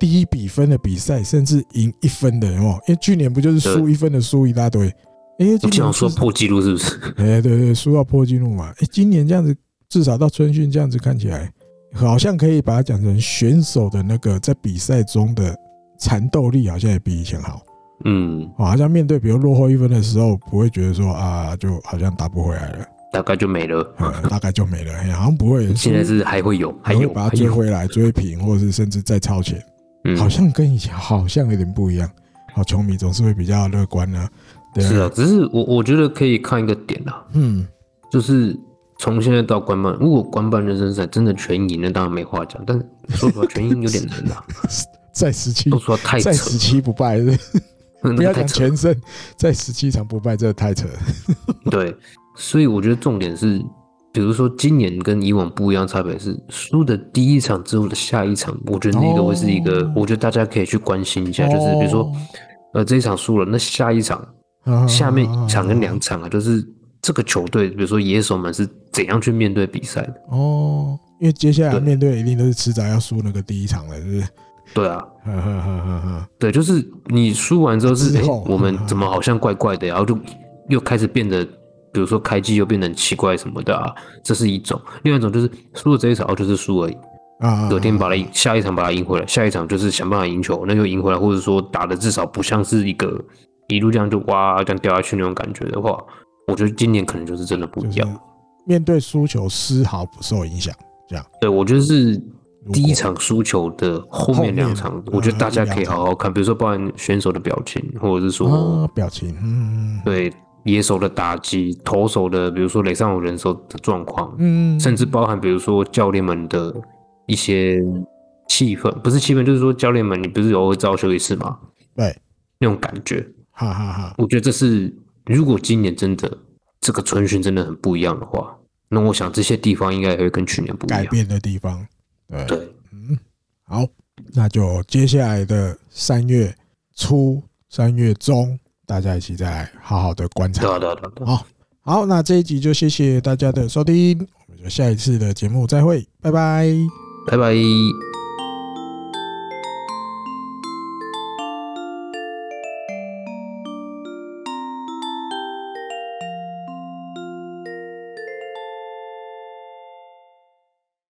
低比分的比赛，甚至赢一分的，有没有？因为去年不就是输一分的输一大堆？哎、欸，今年说破纪录是不是？ 哎、欸，对对，输到破纪录嘛。哎、欸，今年这样子，至少到春训这样子看起来，好像可以把它讲成选手的那个在比赛中的缠斗力，好像也比以前好。嗯，好像面对比如落后一分的时候，不会觉得说啊，就好像打不回来了。 大概就没了， 嗯、大概就没了，好像不会。 现在是还会有，还有把它追回来、追平，或者是甚至再超前、嗯，好像跟以前好像有点不一样。好，球迷总是会比较乐观呢、啊。对啊， 是啊，只是我我觉得可以看一个点啊，嗯，就是从现在到官办，如果官办热身赛真的全赢，那当然没话讲。但是说实话，全赢有点难啊。 在十七， 说实话太扯， 在十七不败，不要讲全胜，在十七场不败，这太扯了。 对。所以我觉得重点是，比如说今年跟以往不一样，差别是输的第一场之后的下一场，我觉得那个会是一个，哦、我觉得大家可以去关心一下，哦、就是比如说，呃，这一场输了，那下一场，哦、下面一场跟两场啊，就是这个球队，比如说野手们是怎样去面对比赛的。 哦，因为接下来面对的一定都是迟早要输那个第一场了，是不是？ 对啊，对，就是你输完之后是，哎、欸，我们怎么好像怪怪的，然后就又开始变得。比如说开机又变得很奇怪什么的啊，这是一种；另外一种就是输了这一场，哦，就是输而已。啊，隔天把它赢，下一场把它赢回来，下一场就是想办法赢球，那就赢回来，或者说打的至少不像是一个一路这样就哇这样掉下去那种感觉的话，我觉得今年可能就是真的不一样。就是、 面对输球丝毫不受影响，这样。 对，我觉得是第一场输球的后面两场，我觉得大家可以好好看，比如说包含选手的表情，或者是说、 啊、表情，嗯， 对。野手的打击，投手的，比如说垒上有人手的状况，嗯，甚至包含比如说教练们的一些气氛，不是气氛，就是说教练们，你不是有会知道休息室吗？ 对， 那种感觉， 哈哈哈。 我觉得这是，如果今年真的这个春训真的很不一样的话，那我想这些地方应该也会跟去年不一样。 改变的地方，对， 对， 嗯，好，那就接下来的三月初、三月中。大家一起再来好好的观察。 对对对对， 好，好，那这一集就谢谢大家的收听，我们就下一次的节目再会，拜拜， 拜拜。